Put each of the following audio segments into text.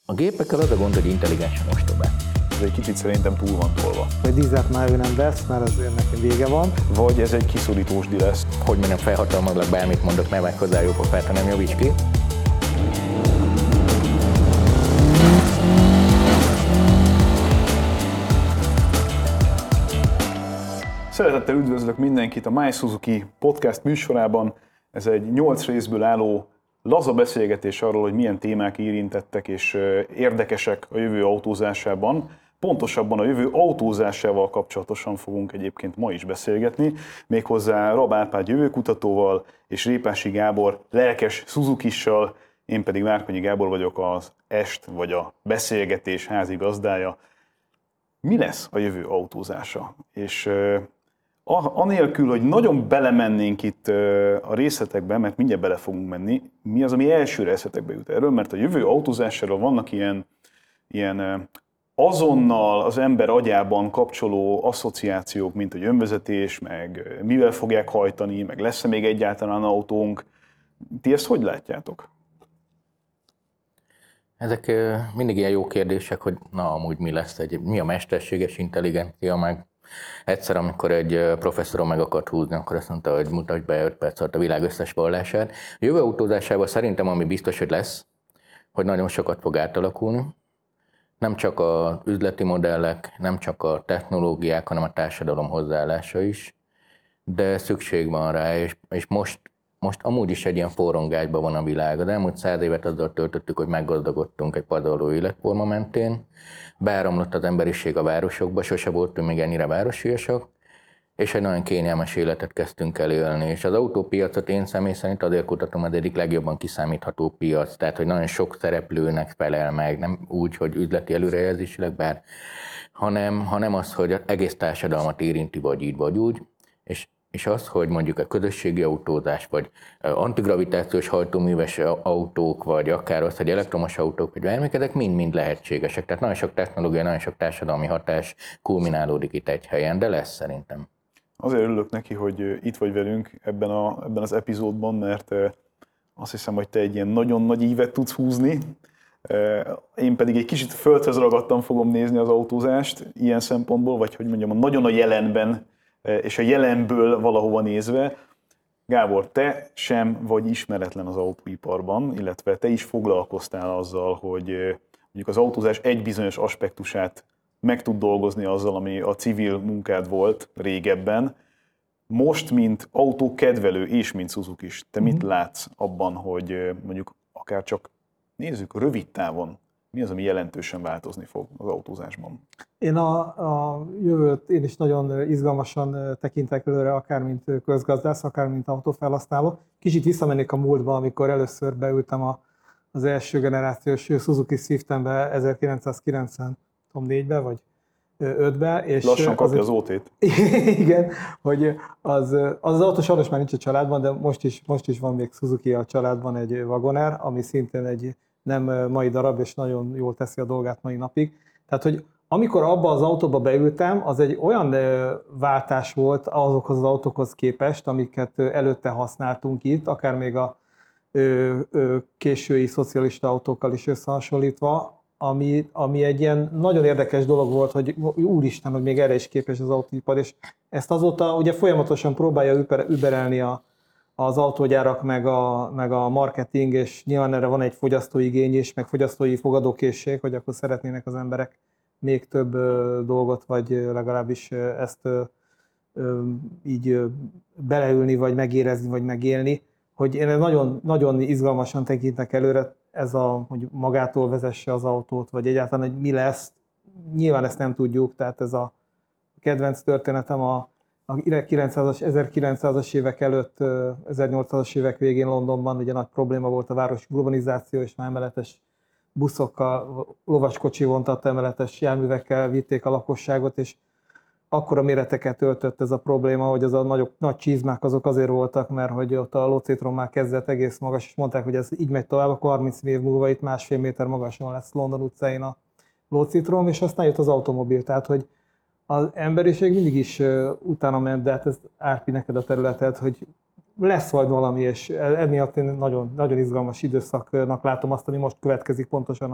A gépekkel az a gond, hogy intelligensen ostobák. Ez egy kicsit szerintem túl van tolva. Vagy dízelt már ő nem vesz, mert azért neki vége van. Vagy ez egy kiszorítós lesz. Hogy mondjam, felhatalmaglak, bármit mondok, ne vágj hozzá jó pofát, hanem javíts ki. Szeretettel üdvözlök mindenkit a My Suzuki podcast műsorában. Ez egy 8 részből álló laza beszélgetés arról, hogy milyen témák érintettek és érdekesek a jövő autózásában. Pontosabban a jövő autózásával kapcsolatosan fogunk egyébként ma is beszélgetni, méghozzá Rab Árpád jövőkutatóval és Répási Gábor lelkes Suzukissal, én pedig Márkonyi Gábor vagyok, az EST vagy a beszélgetés házigazdája. Mi lesz a jövő autózása? És anélkül, hogy nagyon belemennénk itt a részletekbe, mert mindjárt bele fogunk menni, mi az, ami elsőre eszetekbe jut erről, mert a jövő autózásáról vannak ilyen azonnal az ember agyában kapcsoló asszociációk, mint hogy önvezetés, meg mivel fogják hajtani, meg lesz-e még egyáltalán autónk. Ti ezt hogy látjátok? Ezek mindig ilyen jó kérdések, hogy na amúgy mi lesz, mi a mesterséges intelligencia, meg egyszer, amikor egy professzorom meg akart húzni, akkor azt mondta, hogy mutasd be 5 perc alatt a világ összes vallását. A jövő autózásában szerintem ami biztos, hogy lesz, hogy nagyon sokat fog átalakulni. Nem csak az üzleti modellek, nem csak a technológiák, hanem a társadalom hozzáállása is. De szükség van rá, és most amúgy is egy ilyen forrongásban van a világ. Az elmúlt 100 évet azzal töltöttük, hogy meggazdagodtunk egy pazarló életforma mentén. Beáramlott az emberiség a városokba, sose voltunk még ennyire városiasak, és egy nagyon kényelmes életet kezdtünk el élni. És az autópiacot én személy szerint azért kutatom, az egyik legjobban kiszámítható piac, tehát hogy nagyon sok szereplőnek felel meg, nem úgy, hogy üzleti előrejelzésileg, hanem az, hogy az egész társadalmat érinti vagy így, vagy úgy, és az, hogy mondjuk a közösségi autózás, vagy antigravitációs hajtóműves autók, vagy akár az, hogy elektromos autók, vagy bármik, ezek mind-mind lehetségesek. Tehát nagyon sok technológia, nagyon sok társadalmi hatás kulminálódik itt egy helyen, de lesz szerintem. Azért örülök neki, hogy itt vagy velünk ebben az epizódban, mert azt hiszem, hogy te egy ilyen nagyon nagy ívet tudsz húzni. Én pedig egy kicsit földhöz ragadtan fogom nézni az autózást ilyen szempontból, vagy hogy mondjam, nagyon a jelenben, és a jelenből valahova nézve. Gábor, te sem vagy ismeretlen az autóiparban, illetve te is foglalkoztál azzal, hogy mondjuk az autózás egy bizonyos aspektusát meg tud dolgozni azzal, ami a civil munkád volt régebben. Most, mint autókedvelő és mint Suzukis, te mit látsz abban, hogy mondjuk akár csak nézzük rövid távon, mi az, ami jelentősen változni fog az autózásban? Én a jövőt én is nagyon izgalmasan tekintek előre, akár mint közgazdász, akár mint autófelhasználó. Kicsit visszamennék a múltba, amikor először beültem az első generációs Suzuki Swiftembe 1994-ben, vagy 5-be. És lassan kapja az OT-t. Igen, hogy az autó sajnos már nincs a családban, de most is van még Suzuki a családban, egy Wagoner, ami szintén egy nem mai darab, és nagyon jól teszi a dolgát mai napig. Tehát, hogy amikor abba az autóba beültem, az egy olyan váltás volt azokhoz az autókhoz képest, amiket előtte használtunk itt, akár még a késői szocialista autókkal is összehasonlítva, ami egy ilyen nagyon érdekes dolog volt, hogy úristen, hogy még erre is képes az autóipar, és ezt azóta ugye folyamatosan próbálja überelni az autógyárak, meg a marketing, és nyilván erre van egy fogyasztói igény is, meg fogyasztói fogadókészség, hogy akkor szeretnének az emberek még több dolgot, vagy legalábbis ezt így beleülni, vagy megérezni, vagy megélni, hogy én nagyon, nagyon izgalmasan tekintek előre hogy magától vezesse az autót, vagy egyáltalán, hogy mi lesz. Nyilván ezt nem tudjuk, tehát ez a kedvenc történetem a 1900-as évek előtt, 1800-as évek végén Londonban ugye nagy probléma volt a városi urbanizáció, és már emeletes buszokkal, lovaskocsi vontatta emeletes járművekkel vitték a lakosságot, és akkora méreteket öltött ez a probléma, hogy az a nagy csizmák azok azért voltak, mert hogy ott a lócitrom már kezdett egész magas, és mondták, hogy ez így megy tovább, akkor 30 év múlva itt 1,5 méter magasan lesz London utcáin a lócitrom, és aztán jött az automobil, tehát hogy az emberiség mindig is utána ment, de hát ez Árpi neked a területed, hogy lesz majd valami, és emiatt én nagyon, nagyon izgalmas időszaknak látom azt, ami most következik pontosan a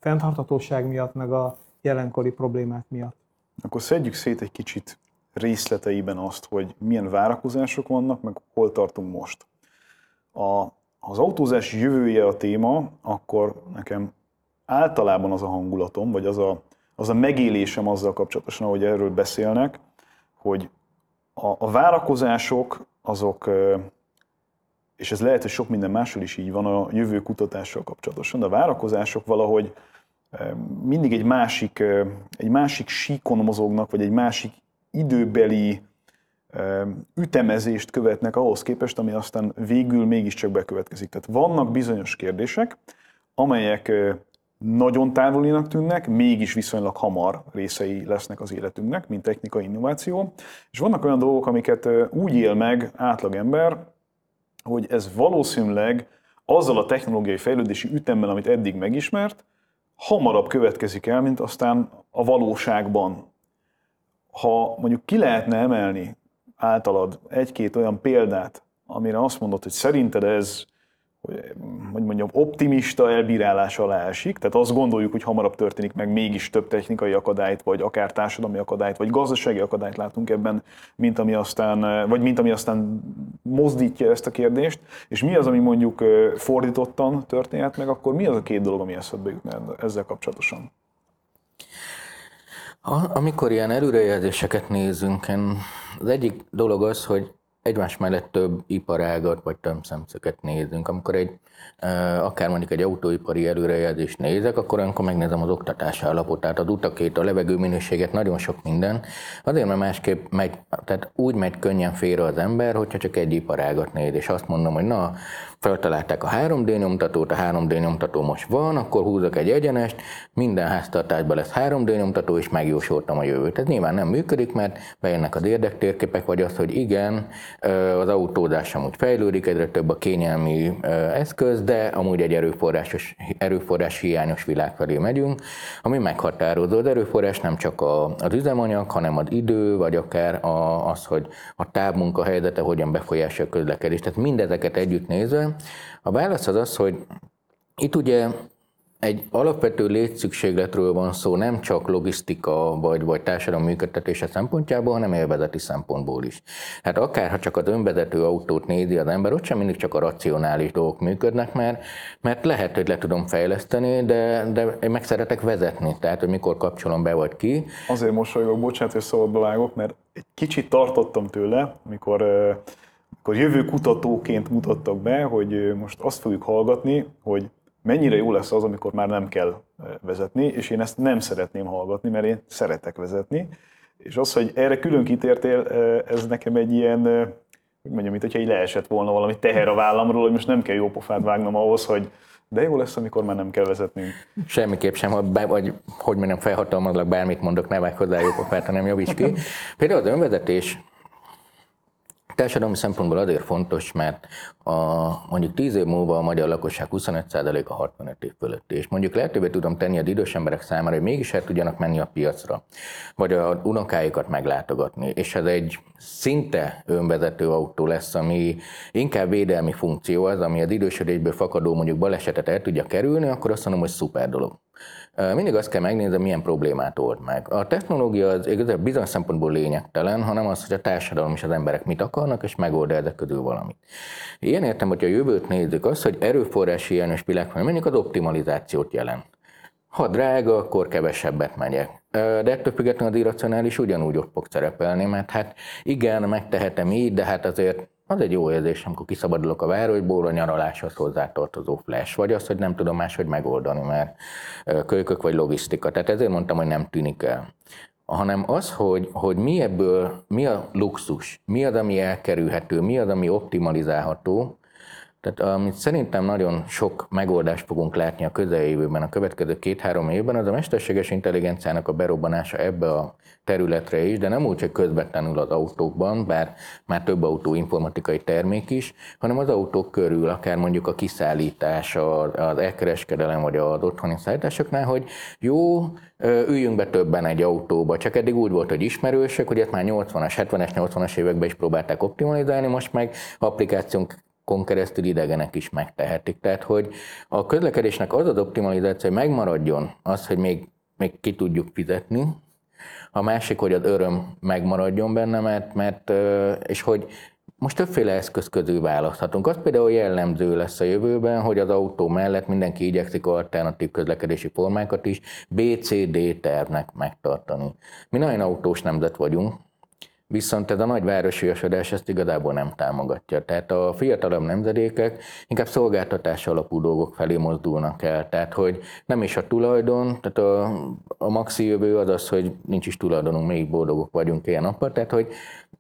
fenntarthatóság miatt, meg a jelenkori problémák miatt. Akkor szedjük szét egy kicsit részleteiben azt, hogy milyen várakozások vannak, meg hol tartunk most. Az autózás jövője a téma, akkor nekem általában az a hangulatom, vagy az a megélésem azzal kapcsolatosan, ahogy erről beszélnek, hogy a várakozások azok, és ez lehet, hogy sok minden máshol is így van a jövő kutatással kapcsolatosan, de a várakozások valahogy mindig egy másik síkon mozognak, vagy egy másik időbeli ütemezést követnek ahhoz képest, ami aztán végül mégiscsak bekövetkezik. Tehát vannak bizonyos kérdések, amelyek nagyon távolinak tűnnek, mégis viszonylag hamar részei lesznek az életünknek, mint technikai innováció. És vannak olyan dolgok, amiket úgy él meg átlagember, hogy ez valószínűleg azzal a technológiai fejlődési ütemmel, amit eddig megismert, hamarabb következik el, mint aztán a valóságban. Ha mondjuk ki lehetne emelni általad egy-két olyan példát, amire azt mondod, hogy szerinted ez, hogy mondjam, optimista elbírálás alá esik, tehát azt gondoljuk, hogy hamarabb történik meg, mégis több technikai akadályt, vagy akár társadalmi akadályt, vagy gazdasági akadályt látunk ebben, mint ami aztán mozdítja ezt a kérdést, és mi az, ami mondjuk fordítottan történhet meg, akkor mi az a két dolog, ami eszedbe jutna ezzel kapcsolatosan? Amikor ilyen előrejelzéseket nézünk, az egyik dolog az, hogy egymás mellett több iparágat vagy több szemszöget nézünk. Amikor akár mondjuk egy autóipari előrejelzést nézek, akkor megnézem az oktatási állapot, tehát az utakét, a levegő minőséget, nagyon sok minden. Azért, mert másképp tehát úgy megy könnyen félre az ember, hogyha csak egy iparágat néz, és azt mondom, hogy na, feltalálták a 3D nyomtatót, a 3D nyomtató most van, akkor húzok egy egyenest, minden háztartásban lesz 3D nyomtató, és megjósoltam a jövőt. Ez nyilván nem működik, mert bejönnek az érdektérképek, vagy az, hogy igen, az autózás amúgy fejlődik, egyre több a kényelmi eszköz, de amúgy egy erőforrás hiányos világ felé megyünk, ami meghatározó. Az erőforrás nem csak az üzemanyag, hanem az idő, vagy akár az, hogy a távmunka helyzete hogyan befolyásolja a közlekedést. Tehát mindezeket együtt nézve, a válasz az, hogy itt ugye egy alapvető létszükségletről van szó, nem csak logisztika vagy társadalom működtetése szempontjából, hanem élvezeti szempontból is. Hát akár ha csak az önvezető autót nézi az ember, ott sem mindig csak a racionális dolgok működnek, mert lehet, hogy le tudom fejleszteni, de én meg szeretek vezetni, tehát hogy mikor kapcsolom be vagy ki. Azért mosolygok, bocsánat, hogy szabadba vágok, mert egy kicsit tartottam tőle, amikor jövő kutatóként mutattak be, hogy most azt fogjuk hallgatni, hogy mennyire jó lesz az, amikor már nem kell vezetni, és én ezt nem szeretném hallgatni, mert én szeretek vezetni. És az, hogy erre külön kitértél, ez nekem egy ilyen, hogy mondjam, mint hogyha így leesett volna valami teher a vállamról, hogy most nem kell jó pofát vágnom ahhoz, hogy de jó lesz, amikor már nem kell vezetnünk. Semmiképp sem, vagy hogy mondjam, felhatalmazlak, bármit mondok, ne vágj hozzá jó pofát, hanem javíts ki. Például az önvezetés társadalmi szempontból azért fontos, mert mondjuk 10 év múlva a magyar lakosság 25%-a 65 év fölötti, és mondjuk lehetővé tudom tenni az idős emberek számára, hogy mégis el tudjanak menni a piacra, vagy a unokáikat meglátogatni, és ez egy szinte önvezető autó lesz, ami inkább védelmi funkció az, ami az idősödésből fakadó mondjuk balesetet el tudja kerülni, akkor azt mondom, hogy szuper dolog. Mindig azt kell megnézni, milyen problémát old meg. A technológia az igazából bizonyos szempontból lényegtelen, hanem az, hogy a társadalom és az emberek mit akarnak, és megold ezek közül valamit. Ilyen értem, hogy a jövőt nézzük, az, hogy erőforrás hiányos világban mondjuk az optimalizációt jelent. Ha drága, akkor kevesebbet megyek. De ettől függetlenül az irracionális ugyanúgy ott fog szerepelni, mert hát igen, megtehetem így, de hát azért az egy jó érzés, amikor kiszabadulok a városból, a nyaraláshoz hozzátartozó flash, vagy az, hogy nem tudom máshogy megoldani, mert kölykök vagy logisztika. Tehát ezért mondtam, hogy nem tűnik el. Hanem az, hogy mi a luxus, mi az, ami elkerülhető, mi az, ami optimalizálható. Tehát amit szerintem nagyon sok megoldást fogunk látni a közeljövőben, a következő 2-3 évben, az a mesterséges intelligenciának a berobbanása ebbe a területre is, de nem úgy, hogy közvetlenül az autókban, bár már több autó informatikai termék is, hanem az autók körül, akár mondjuk a kiszállítás, az elkereskedelem vagy az otthoni szállításoknál, hogy jó, üljünk be többen egy autóba, csak eddig úgy volt, hogy ismerősök, hogy ezt már 80-as, 70-es, 80-as években is próbálták optimalizálni, most meg applikációnk kon keresztül idegenek is megtehetik. Tehát, hogy a közlekedésnek az optimalizáció, hogy megmaradjon az, hogy még ki tudjuk fizetni, a másik, hogy az öröm megmaradjon benne, és hogy most többféle eszköz közül választhatunk. Az például jellemző lesz a jövőben, hogy az autó mellett mindenki igyekszik alternatív közlekedési formákat is BCD tervnek megtartani. Mi nagyon autós nemzet vagyunk, viszont ez a nagy városiasodás ezt igazából nem támogatja. Tehát a fiatalabb nemzedékek inkább szolgáltatás alapú dolgok felé mozdulnak el. Tehát, hogy nem is a tulajdon, tehát a maxi jövő az az, hogy nincs is tulajdonunk, még boldogok vagyunk ilyen nappal. Tehát, hogy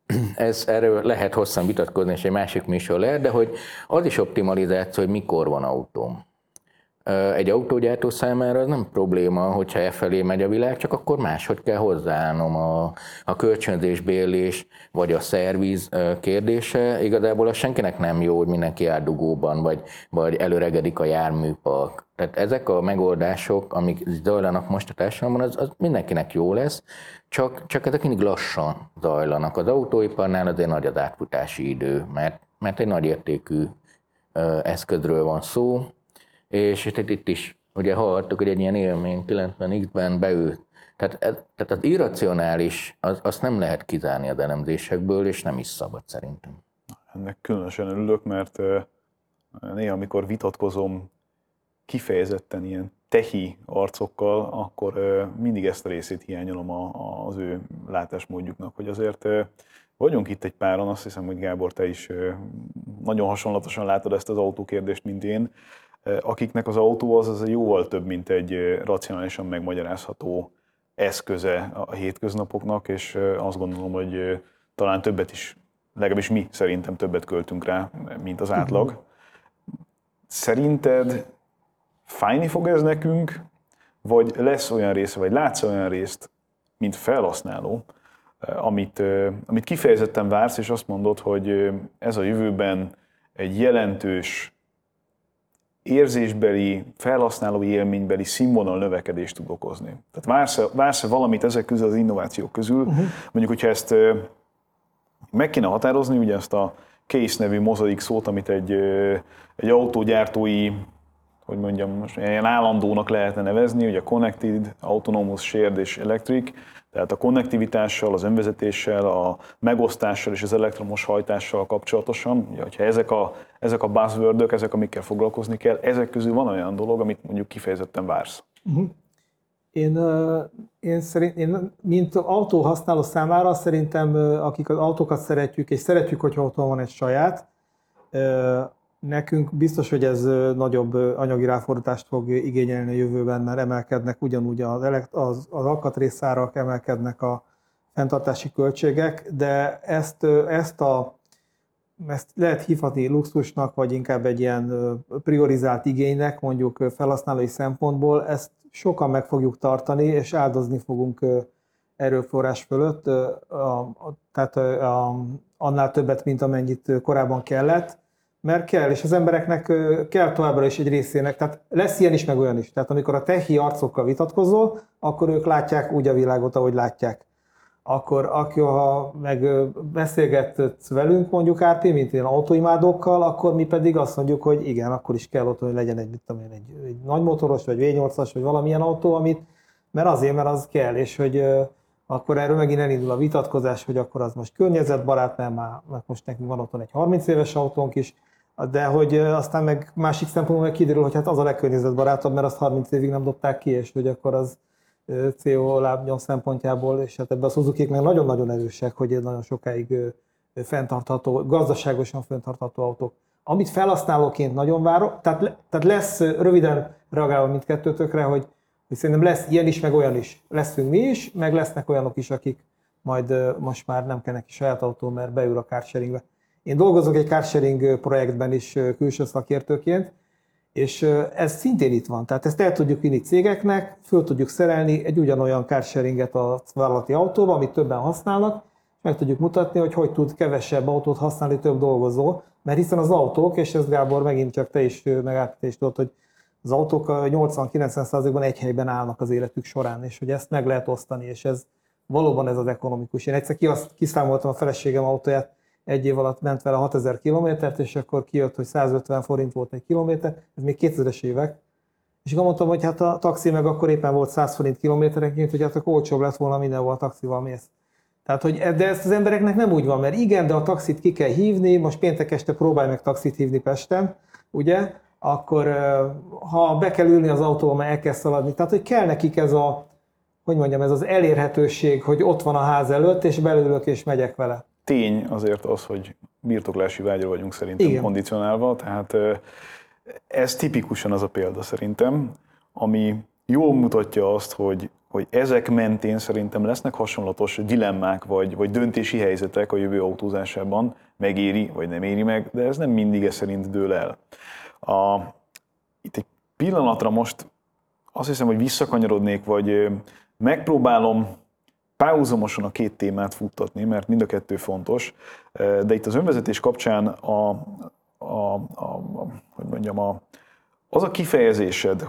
erről lehet hosszan vitatkozni, és egy másik műsor lehet, de hogy az is optimalizáció, hogy mikor van autóm. Egy autógyártó számára az nem probléma, hogyha e felé megy a világ, csak akkor máshogy kell hozzáállnom a kölcsönzés, bérlés vagy a szerviz kérdése. Igazából az senkinek nem jó, hogy mindenki áldugóban, vagy előregedik a járműpark. Tehát ezek a megoldások, amik zajlanak most a társadalomban, az mindenkinek jó lesz, csak ezek mindig lassan zajlanak. Az autóiparnál azért nagy az átfutási idő, mert egy nagy értékű eszközről van szó, és itt is ugye hallottuk, hogy egy ilyen élmény 90X-ben beült. Tehát az irracionális, azt nem lehet kizárni az elemzésekből, és nem is szabad szerintem. Ennek különösen örülök, mert néha, amikor vitatkozom kifejezetten ilyen tehi arcokkal, akkor mindig ezt a részét hiányolom az ő látásmódjuknak, hogy azért vagyunk itt egy páran, azt hiszem, hogy Gábor, te is nagyon hasonlatosan látod ezt az autókérdést, mint én, akiknek az autó az jóval több, mint egy racionálisan megmagyarázható eszköze a hétköznapoknak, és azt gondolom, hogy talán többet is, legalábbis mi szerintem többet költünk rá, mint az átlag. Szerinted fájni fog ez nekünk, vagy lesz olyan része, vagy látsz olyan részt, mint felhasználó, amit kifejezetten vársz, és azt mondod, hogy ez a jövőben egy jelentős érzésbeli, felhasználói élménybeli színvonal növekedést tud okozni. Tehát vársz-e valamit ezek közül az innovációk közül? Mondjuk, hogyha ezt meg kéne határozni, ugye ezt a CASE nevű mozaik szót, amit egy autógyártói, hogy mondjam, most ilyen állandónak lehetne nevezni, ugye Connected, Autonomous, Shared és Electric, tehát a konnektivitással, az önvezetéssel, a megosztással és az elektromos hajtással kapcsolatosan, ugye, hogyha ezek a buzzwordök, ezek, amikkel foglalkozni kell, ezek közül van olyan dolog, amit mondjuk kifejezetten vársz. Én mint autóhasználó számára szerintem, akik az autókat szeretjük, és szeretjük, hogyha otthon van egy saját, nekünk biztos, hogy ez nagyobb anyagi ráfordítást fog igényelni a jövőben, mert emelkednek ugyanúgy az alkatrészárak, emelkednek a fenntartási költségek, de ezt lehet hívhatni luxusnak, vagy inkább egy ilyen priorizált igénynek, mondjuk felhasználói szempontból, ezt sokan meg fogjuk tartani, és áldozni fogunk erőforrás fölött, tehát annál többet, mint amennyit korábban kellett, mert kell, és az embereknek kell továbbra is egy részének, tehát lesz ilyen is, meg olyan is. Tehát amikor a techi arcokkal vitatkozol, akkor ők látják úgy a világot, ahogy látják. Akkor ha meg beszélgetsz velünk mondjuk Árpi, mint ilyen autóimádókkal, akkor mi pedig azt mondjuk, hogy igen, akkor is kell ott, hogy legyen egy nagy motoros, vagy V8-as, vagy valamilyen autó, mert az kell, és hogy akkor erről megint elindul a vitatkozás, hogy akkor az most környezetbarát, mert most nekünk van otthon egy 30 éves autónk is, de hogy aztán meg másik szempontból meg kiderül, hogy hát az a legkörnyezetbarátabb, mert azt 30 évig nem dobták ki, és hogy akkor az CO lábnyom szempontjából, és hát ebben a Suzuki-k meg nagyon-nagyon erősek, hogy nagyon sokáig fenntartható, gazdaságosan fenntartható autók. Amit felhasználóként nagyon várok, tehát lesz, röviden reagálva mindkettőtökre, hogy szerintem lesz ilyen is, meg olyan is. Leszünk mi is, meg lesznek olyanok is, akik majd most már nem kell neki saját autó, mert beül a carsharingbe. Én dolgozok egy carsharing projektben is külső szakértőként, és ez szintén itt van. Tehát ezt el tudjuk vinni cégeknek, föl tudjuk szerelni egy ugyanolyan carsharinget a vállalati autóba, amit többen használnak, és meg tudjuk mutatni, hogy tud kevesebb autót használni több dolgozó, mert hiszen az autók, és ez Gábor megint csak te is megállapítést tudod, hogy az autók 80-90%-ban egy helyben állnak az életük során, és hogy ezt meg lehet osztani, és ez valóban ez az ekonomikus. Én egyszer kiszámoltam a feleségem autóját, egy év alatt ment vele 6000 kilométert, és akkor kijött, hogy 150 forint volt egy kilométer, ez még 2000-es évek. És akkor mondtam, hogy hát a taxi meg akkor éppen volt 100 forint kilométerenként, hogy hát akkor olcsóbb lett volna mindenhol a taxival mész. Tehát, hogy de ezt az embereknek nem úgy van, mert igen, de a taxit ki kell hívni, most péntek este próbálj meg taxit hívni Pesten, ugye? Akkor ha be kell ülni az autóba, mert el kell szaladni. Tehát, hogy kell nekik ez a, hogy mondjam, ez az elérhetőség, hogy ott van a ház előtt, és belülök és megyek vele. Tény azért az, hogy birtoklási vágyra vagyunk szerintem Igen. kondicionálva, tehát ez tipikusan az a példa szerintem, ami jól mutatja azt, hogy ezek mentén szerintem lesznek hasonlatos dilemmák vagy döntési helyzetek a jövő autózásában, megéri vagy nem éri meg, de ez nem mindig ez szerint dől el. Itt egy pillanatra most azt hiszem, hogy visszakanyarodnék, vagy megpróbálom párhuzamosan a két témát futtatni, mert mind a kettő fontos, de itt az önvezetés kapcsán az a kifejezésed,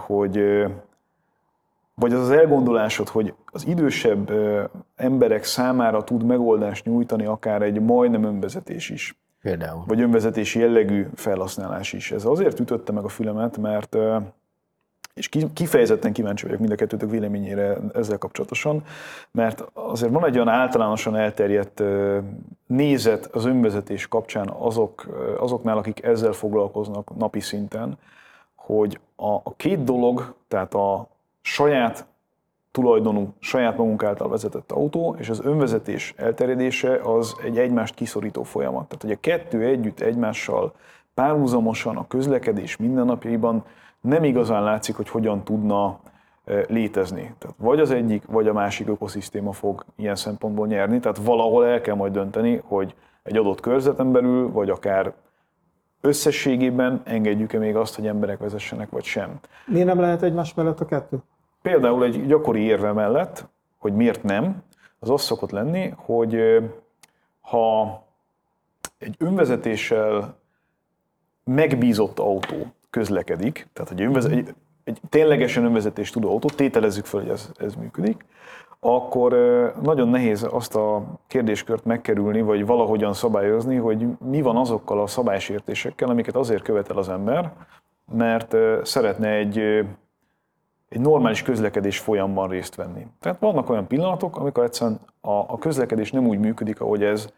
vagy az az elgondolásod, hogy az idősebb emberek számára tud megoldást nyújtani akár egy majdnem önvezetés is. Például. Vagy önvezetési jellegű felhasználás is. Ez azért ütötte meg a fülemet, mert és kifejezetten kíváncsi vagyok mind a kettőtök véleményére ezzel kapcsolatosan, mert azért van egy olyan általánosan elterjedt nézet az önvezetés kapcsán azoknál, akik ezzel foglalkoznak napi szinten, hogy a két dolog, tehát a saját tulajdonú, saját magunk által vezetett autó és az önvezetés elterjedése az egy egymást kiszorító folyamat. Tehát, hogy a kettő együtt egymással párhuzamosan a közlekedés mindennapjaiban nem igazán látszik, hogy hogyan tudna létezni. Tehát vagy az egyik, vagy a másik ökoszisztéma fog ilyen szempontból nyerni, tehát valahol el kell majd dönteni, hogy egy adott körzeten belül, vagy akár összességében engedjük-e még azt, hogy emberek vezessenek, vagy sem. Miért nem lehet egymás mellett a kettő? Például egy gyakori érve mellett, hogy miért nem, az szokott lenni, hogy ha egy önvezetéssel megbízott autó közlekedik, tehát egy ténylegesen önvezetés tudó autó, tételezzük fel, hogy ez működik, akkor nagyon nehéz azt a kérdéskört megkerülni, vagy valahogyan szabályozni, hogy mi van azokkal a szabálysértésekkel, amiket azért követel az ember, mert szeretne egy normális közlekedés folyamban részt venni. Tehát vannak olyan pillanatok, amikor egyszerűen a közlekedés nem úgy működik, ahogy ez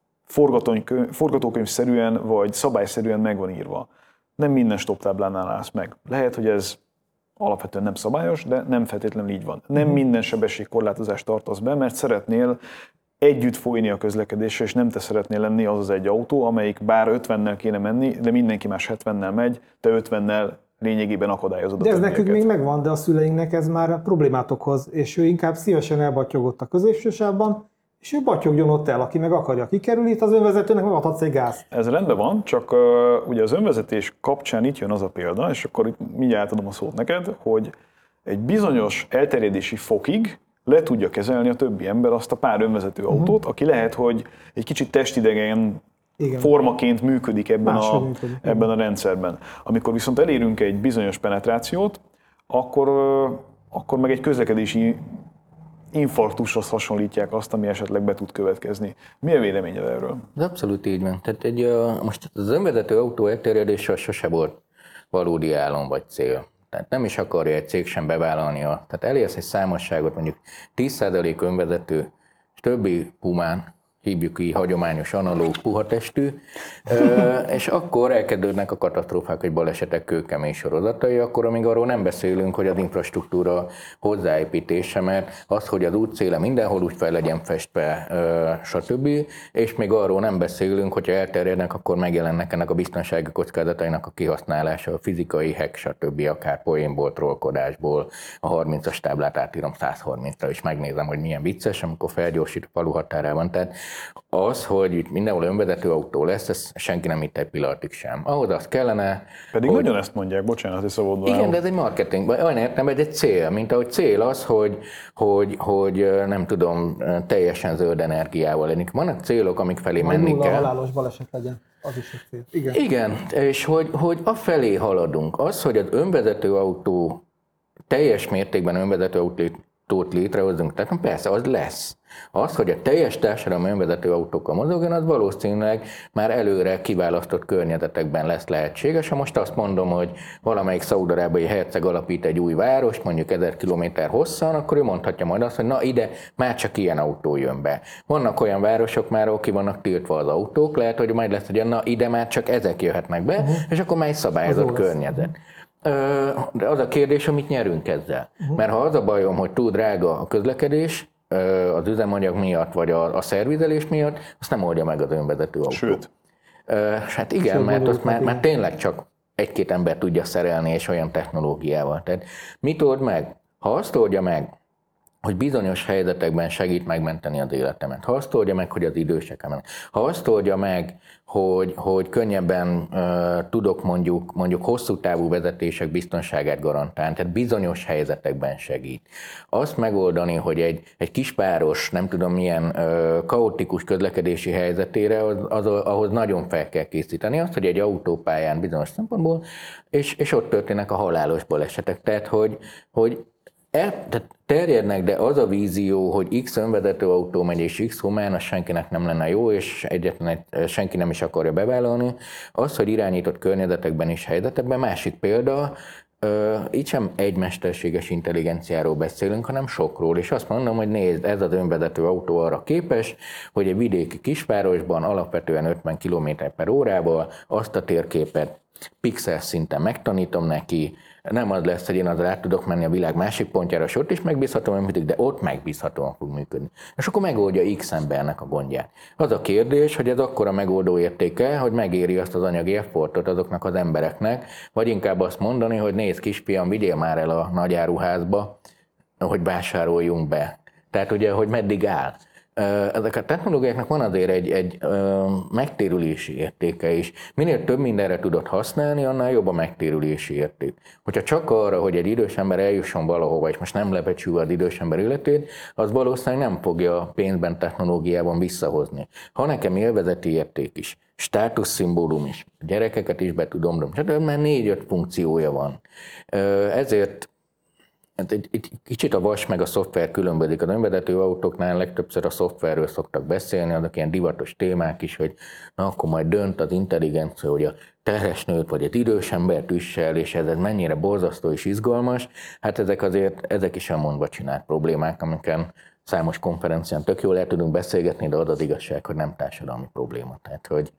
forgatókönyvszerűen vagy szabályszerűen meg van írva. Nem minden stoptáblánál állsz meg. Lehet, hogy ez alapvetően nem szabályos, de nem feltétlenül így van. Nem minden sebességkorlátozást tartasz be, mert szeretnél együtt folyni a közlekedésre, és nem te szeretnél lenni az egy autó, amelyik bár 50-nel kéne menni, de mindenki más 70-nel megy, te 50-nel lényegében akadályozod a De ez többieket. nekünk még megvan, de a szüleinknek ez már problémát okoz, és ő inkább szívesen elbattyogott a középsősávban, és ő battyogjon ott el, aki meg akarja kikerülni, itt az önvezetőnek meg adhatsz egy gázt. Ez rendben van, csak ugye az önvezetés kapcsán itt jön az a példa, és akkor itt mindjárt átadom a szót neked, hogy egy bizonyos elterjedési fokig le tudja kezelni a többi ember azt a pár önvezető autót, aki lehet, hogy egy kicsit testidegen formaként működik ebben a rendszerben. Amikor viszont elérünk egy bizonyos penetrációt, akkor meg egy közlekedési infarktushoz hasonlítják azt, ami esetleg be tud következni. Mi a véleményed erről? Ez abszolút így van. Tehát most az önvezető autó elterjedése sose volt valódi álom vagy cél. Tehát nem is akarja egy cég sem bevállalnia. Tehát elérsz egy számosságot, mondjuk 10% önvezető, és többi humán, hívjuk így hagyományos, analóg, puha testű, és akkor elkezdődnek a katasztrófák, vagy balesetek kőkemény sorozatai, akkor amíg arról nem beszélünk, hogy az infrastruktúra hozzáépítése, mert az, hogy az útszéle mindenhol úgy fel legyen festve, stb. És még arról nem beszélünk, hogyha elterjednek, akkor megjelennek ennek a biztonsági kockázatainak a kihasználása, a fizikai hack, stb. Akár poénból, trollkodásból, a 30-as táblát átírom 130-ra, és megnézem, hogy milyen vicces, amikor felgyorsít a falu határában. Tehát az, hogy itt mindenhol önvezető autó lesz, ez senki nem hitt egy pillanatig sem. Ahhoz az kellene... Pedig hogy... nagyon ezt mondják, bocsánat, hogy szabadon. Igen, de ez egy marketing, olyan értem, ez egy cél, mint ahogy cél az, hogy nem tudom, teljesen zöld energiával lenni. Vannak célok, amik felé menni kell. Nulla halálos baleset legyen, az is egy cél. Igen, és hogy afelé haladunk. Az, hogy az önvezető autó teljes mértékben önvezető autó autót létrehozunk, tehát persze az lesz. Az, hogy a teljes társadalom önvezető autókkal mozogjon, az valószínűleg már előre kiválasztott környezetekben lesz lehetséges. Ha most azt mondom, hogy valamelyik szaúd-arábiai herceg alapít egy új várost, mondjuk 1000 kilométer hosszan, akkor ő mondhatja majd azt, hogy na ide már csak ilyen autó jön be. Vannak olyan városok már, ahol ki vannak tiltva az autók, lehet, hogy majd lesz, hogy na ide már csak ezek jöhetnek be, és akkor már egy szabályozott környezet. De az a kérdés, amit nyerünk ezzel. Mert ha az a bajom, hogy túl drága a közlekedés, az üzemanyag miatt, vagy a szervizelés miatt, azt nem oldja meg az önvezető autó. Sőt. Hát igen, mert azt már tényleg csak egy-két ember tudja szerelni, és olyan technológiával. Tehát mit old meg? Ha azt oldja meg, hogy bizonyos helyzetekben segít megmenteni az életemet. Ha azt oldja meg, hogy az időseken. Ha azt oldja meg, hogy könnyebben tudok mondjuk hosszú távú vezetések biztonságát garantálni, tehát bizonyos helyzetekben segít. Azt megoldani, hogy egy kispáros, nem tudom milyen kaotikus közlekedési helyzetére, ahhoz nagyon fel kell készíteni azt, hogy egy autópályán bizonyos szempontból, és ott történnek a halálos balesetek. Tehát, hogy terjednek, de az a vízió, hogy X önvezető autó megy és X humán, az senkinek nem lenne jó, és senki nem is akarja bevállalni. Az, hogy irányított környezetekben és helyzetekben, másik példa, így sem egy mesterséges intelligenciáról beszélünk, hanem sokról, és azt mondom, hogy nézd, ez az önvezető autó arra képes, hogy egy vidéki kisvárosban alapvetően 50 km/órával azt a térképet pixel szinten megtanítom neki, nem az lesz, hogy én az rá tudok menni a világ másik pontjára, és ott is megbízhatóan működik, de ott megbízhatóan fog működni. És akkor megoldja X embernek a gondját. Az a kérdés, hogy ez akkora megoldó értéke, hogy megéri azt az anyagi effortot azoknak az embereknek, vagy inkább azt mondani, hogy nézd kisfiam, vigyél már el a nagyáruházba, hogy vásároljunk be. Tehát ugye, hogy meddig áll. Ezek a technológiáknak van azért egy megtérülési értéke is. Minél több mindenre tudod használni, annál jobb a megtérülési érték. Hogyha csak arra, hogy egy idős ember eljusson valahova, és most nem lebecsülve az idős ember életét, az valószínűleg nem fogja pénzben, technológiában visszahozni. Ha nekem élvezeti érték is, státuszszimbólum is, gyerekeket is be tudom domni, már 4-5 funkciója van. Ezért egy kicsit a vas meg a szoftver különbözik. Az önvezető autóknál legtöbbször a szoftverről szoktak beszélni, azok ilyen divatos témák is, hogy na akkor majd dönt az intelligencia, hogy a terhes nőt vagy egy idős embert üssel, és ez mennyire borzasztó és izgalmas. Hát ezek is a mondva csinált problémák, amiken számos konferencián tök jól el tudunk beszélgetni, de az igazság, hogy nem társadalmi probléma. Tehát, hogy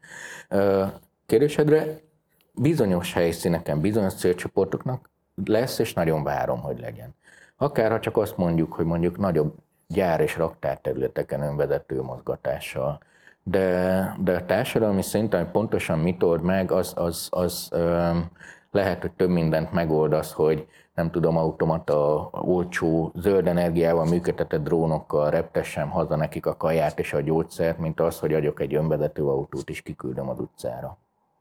kérdésedre bizonyos helyszíneken, bizonyos célcsoportoknak lesz, és nagyon várom, hogy legyen. Akár ha csak azt mondjuk, hogy mondjuk nagyobb gyár- és raktárterületeken önvezető mozgatással, de a társadalmi szinten, hogy pontosan mit old meg, az lehet, hogy több mindent megoldasz, hogy nem tudom, automata, olcsó, zöld energiával működtetett drónokkal reptessem haza nekik a kaját és a gyógyszert, mint az, hogy adjak egy önvezető autót és kiküldöm az utcára.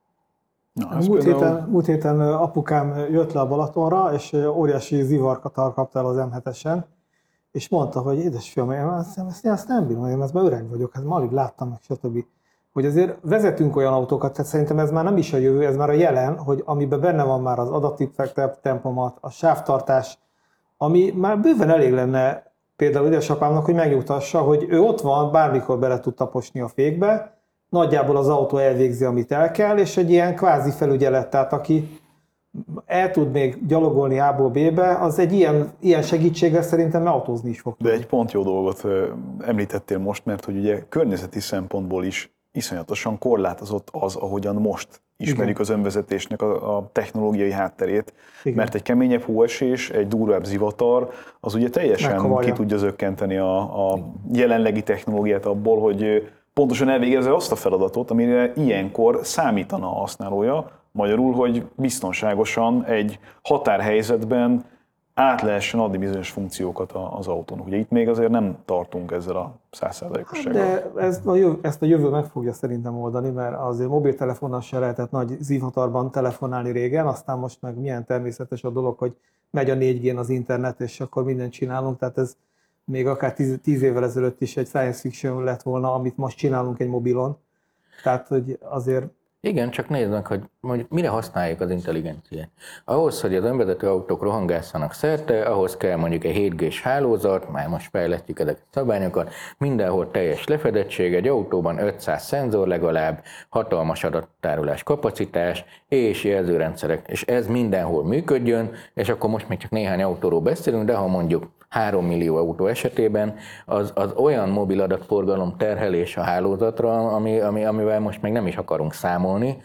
Na, múlt héten apukám jött le a Balatonra, és óriási zivarkatar kapta el az M7-esen, és mondta, hogy édesfiam, én ezt nem bírom, én ezt már öreg vagyok, hát már alig láttam meg, stb. Hogy azért vezetünk olyan autókat, tehát szerintem ez már nem is a jövő, ez már a jelen, hogy amiben benne van már az adaptív tempomat, a sávtartás, ami már bőven elég lenne például édesapámnak, hogy megnyugtassa, hogy ő ott van, bármikor bele tud taposni a fékbe, nagyjából az autó elvégzi, amit el kell, és egy ilyen kvázi felügyelet, tehát aki el tud még gyalogolni A-ból B-be, az egy ilyen segítséggel szerintem autózni is fog. De egy pont jó dolgot említettél most, mert hogy ugye környezeti szempontból is iszonyatosan korlátozott az, ahogyan most ismerjük az önvezetésnek a technológiai hátterét, igen. Mert egy keményebb hóesés, egy durvább zivatar, az ugye teljesen ki tudja zökkenteni a jelenlegi technológiát abból, hogy pontosan elvégezze azt a feladatot, amire ilyenkor számítana a használója, magyarul, hogy biztonságosan egy határhelyzetben át lehessen adni bizonyos funkciókat az autónak. Ugye itt még azért nem tartunk ezzel a 100%-ossággal. De ezt a jövő meg fogja szerintem oldani, mert azért mobiltelefonnal se lehetett nagy zívhatarban telefonálni régen, aztán most meg milyen természetes a dolog, hogy megy a 4G-n az internet, és akkor mindent csinálunk, tehát ez még akár 10 évvel ezelőtt is egy science fiction lett volna, amit most csinálunk egy mobilon. Tehát, hogy azért... Igen, csak nézd meg, hogy mondjuk mire használjuk az intelligenciát. Ahhoz, hogy az önvezető autók rohangászanak szerte, ahhoz kell mondjuk egy 7G-s hálózat, már most fejlesztjük ezeket a szabályokat, mindenhol teljes lefedettség, egy autóban 500 szenzor legalább, hatalmas adattárolás kapacitás és jelzőrendszerek, és ez mindenhol működjön, és akkor most még csak néhány autóról beszélünk, de ha mondjuk 3 millió autó esetében az olyan mobil adatforgalom terhelés a hálózatra, amivel most még nem is akarunk számolni,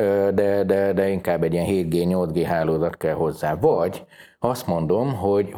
de inkább egy ilyen 7G, 8G hálózat kell hozzá. Vagy azt mondom,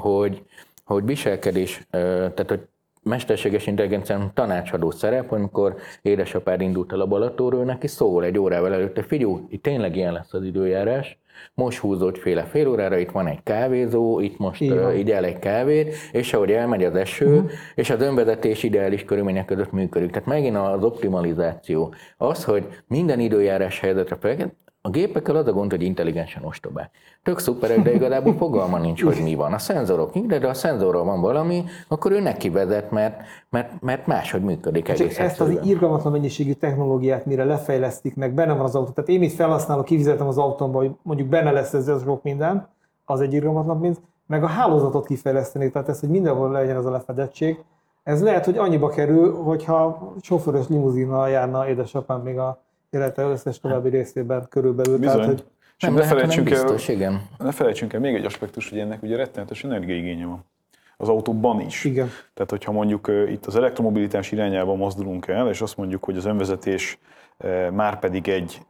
hogy viselkedés, tehát hogy mesterséges intelligencián tanácsadó szerep, amikor édesapád indult el a Balatonról, neki szól egy órával előtte, figyelj, itt tényleg ilyen lesz az időjárás, most húzódj fél órára, itt van egy kávézó, itt most így el egy kávét, és ahogy elmegy az eső, és az önvezetés ideális körülmények között működik. Tehát megint az optimalizáció. Az, hogy minden időjárás helyzetre fel, a gépekkel az a gond, hogy intelligensen ostobák. Tök szuperek, de igazából fogalma nincs, hogy mi van. A szenzorok, de a szenzorral van valami, akkor ő neki vezet, mert máshogy működik egész ezt az irgalmatlan mennyiségű technológiát mire lefejlesztik, meg benne van az autó. Tehát én itt felhasználok, kifizetem az autómba, hogy mondjuk benne lesz ez sok minden, az egy irgalmatlan pénz, meg a hálózatot kifejleszteni, tehát ez, hogy mindenhol legyen ez a lefedettség. Ez lehet, hogy annyiba kerül, hogyha sofőrös limuzinnal járna édesapám még a élete összes további részében körülbelül. Bizony. Tehát, hogy nem ne felejtsünk el még egy aspektus, hogy ennek ugye rettenetes energiaigénye van. Az autóban is. Igen. Tehát, hogyha mondjuk itt az elektromobilitás irányába mozdulunk el, és azt mondjuk, hogy az önvezetés már pedig egy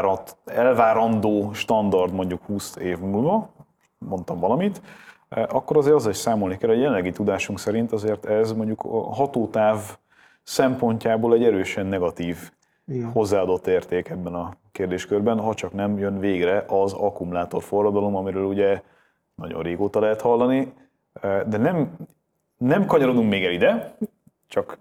elvárandó standard mondjuk 20 év múlva, mondtam valamit, akkor azért azzal is számolni kell, hogy a jelenlegi tudásunk szerint azért ez mondjuk a hatótáv szempontjából egy erősen negatív hozzáadott érték ebben a kérdéskörben, ha csak nem jön végre az akkumulátor forradalom, amiről ugye nagyon régóta lehet hallani, de nem kanyarodunk még el ide, csak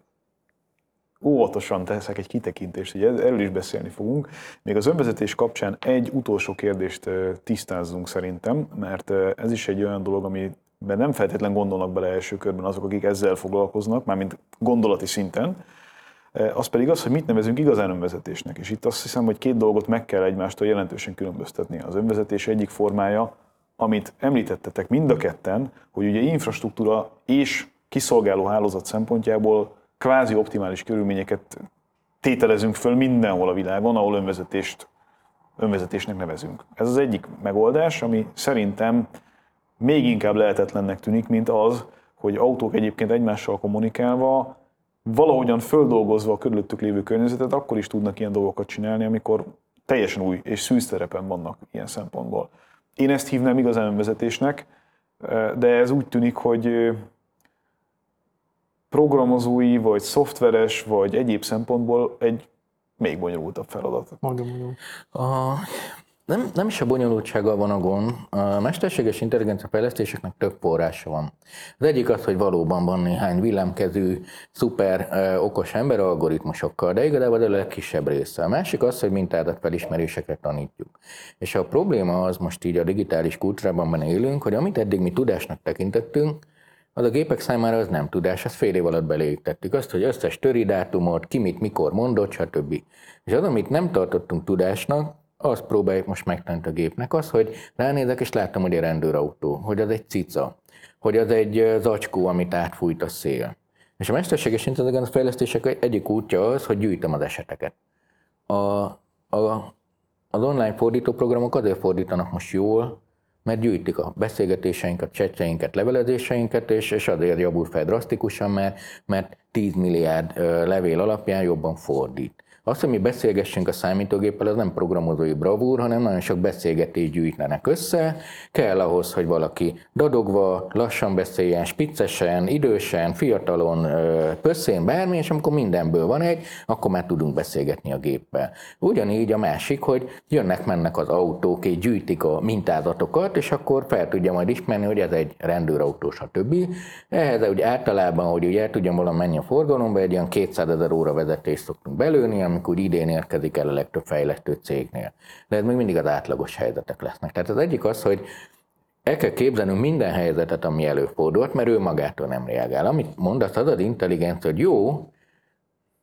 óvatosan teszek egy kitekintést, hogy erről is beszélni fogunk. Még az önvezetés kapcsán egy utolsó kérdést tisztázzunk szerintem, mert ez is egy olyan dolog, amiben nem feltétlenül gondolnak bele első körben azok, akik ezzel foglalkoznak, mármint gondolati szinten. Az pedig az, hogy mit nevezünk igazán önvezetésnek. És itt azt hiszem, hogy két dolgot meg kell egymástól jelentősen különböztetni. Az önvezetés egyik formája, amit említettetek mind a ketten, hogy ugye infrastruktúra és kiszolgáló hálózat szempontjából kvázi optimális körülményeket tételezünk föl mindenhol a világon, ahol önvezetésnek nevezünk. Ez az egyik megoldás, ami szerintem még inkább lehetetlennek tűnik, mint az, hogy autók egyébként egymással kommunikálva, valahogyan földolgozva a körülöttük lévő környezetet, akkor is tudnak ilyen dolgokat csinálni, amikor teljesen új és szűz terepen vannak ilyen szempontból. Én ezt hívnám igazán önvezetésnek, de ez úgy tűnik, hogy programozói, vagy szoftveres, vagy egyéb szempontból egy még bonyolultabb feladat. Nem is a bonyolultsággal van a gond. A mesterséges intelligencia fejlesztéseknek több forrása van. Az egyik az, hogy valóban van néhány villámkezű, szuper okos ember algoritmusokkal, de igazából a legkisebb része. A másik az, hogy mintázatfelismeréseket tanítjuk. És a probléma az, most így a digitális kultúrában benne élünk, hogy amit eddig mi tudásnak tekintettünk, az a gépek számára az nem tudás, azt fél év alatt beleéptettük. Azt, hogy összes töri dátumot, ki mit mikor mondott, stb. És az, amit nem tartottunk tudásnak, azt próbáljuk most megtanítani a gépnek, az, hogy ránézek és látom, hogy egy rendőrautó, hogy az egy cica, hogy az egy zacskó, amit átfújt a szél. És a mesterséges intelligencia fejlesztések egyik útja az, hogy gyűjtöm az eseteket. Az online fordítóprogramok azért fordítanak most jól, mert gyűjtik a beszélgetéseinket, chatjeinket, levelezéseinket, és azért javul fel drasztikusan, mert 10 milliárd levél alapján jobban fordít. Az, hogy mi beszélgessünk a számítógéppel, az nem programozói bravúr, hanem nagyon sok beszélgetést gyűjtenek össze. Kell ahhoz, hogy valaki dadogva, lassan beszéljen, spiccesen, idősen, fiatalon, pösszén, bármi, és amikor mindenből van egy, akkor már tudunk beszélgetni a géppel. Ugyanígy a másik, hogy jönnek-mennek az autók, és gyűjtik a mintázatokat, és akkor fel tudja majd ismerni, hogy ez egy rendőrautó, stb. Ehhez úgy általában, hogy ugye el tudjam valamennyi a forgalomba, egy olyan 200 000 óra vezetést szoktunk belőni, amikor idén érkezik el a legtöbb fejlesztő cégnél. De ez még mindig az átlagos helyzetek lesznek. Tehát az egyik az, hogy el kell képzelnünk minden helyzetet, ami előfordult, mert ő magától nem reagál. Amit mondasz, az az intelligencia, hogy jó,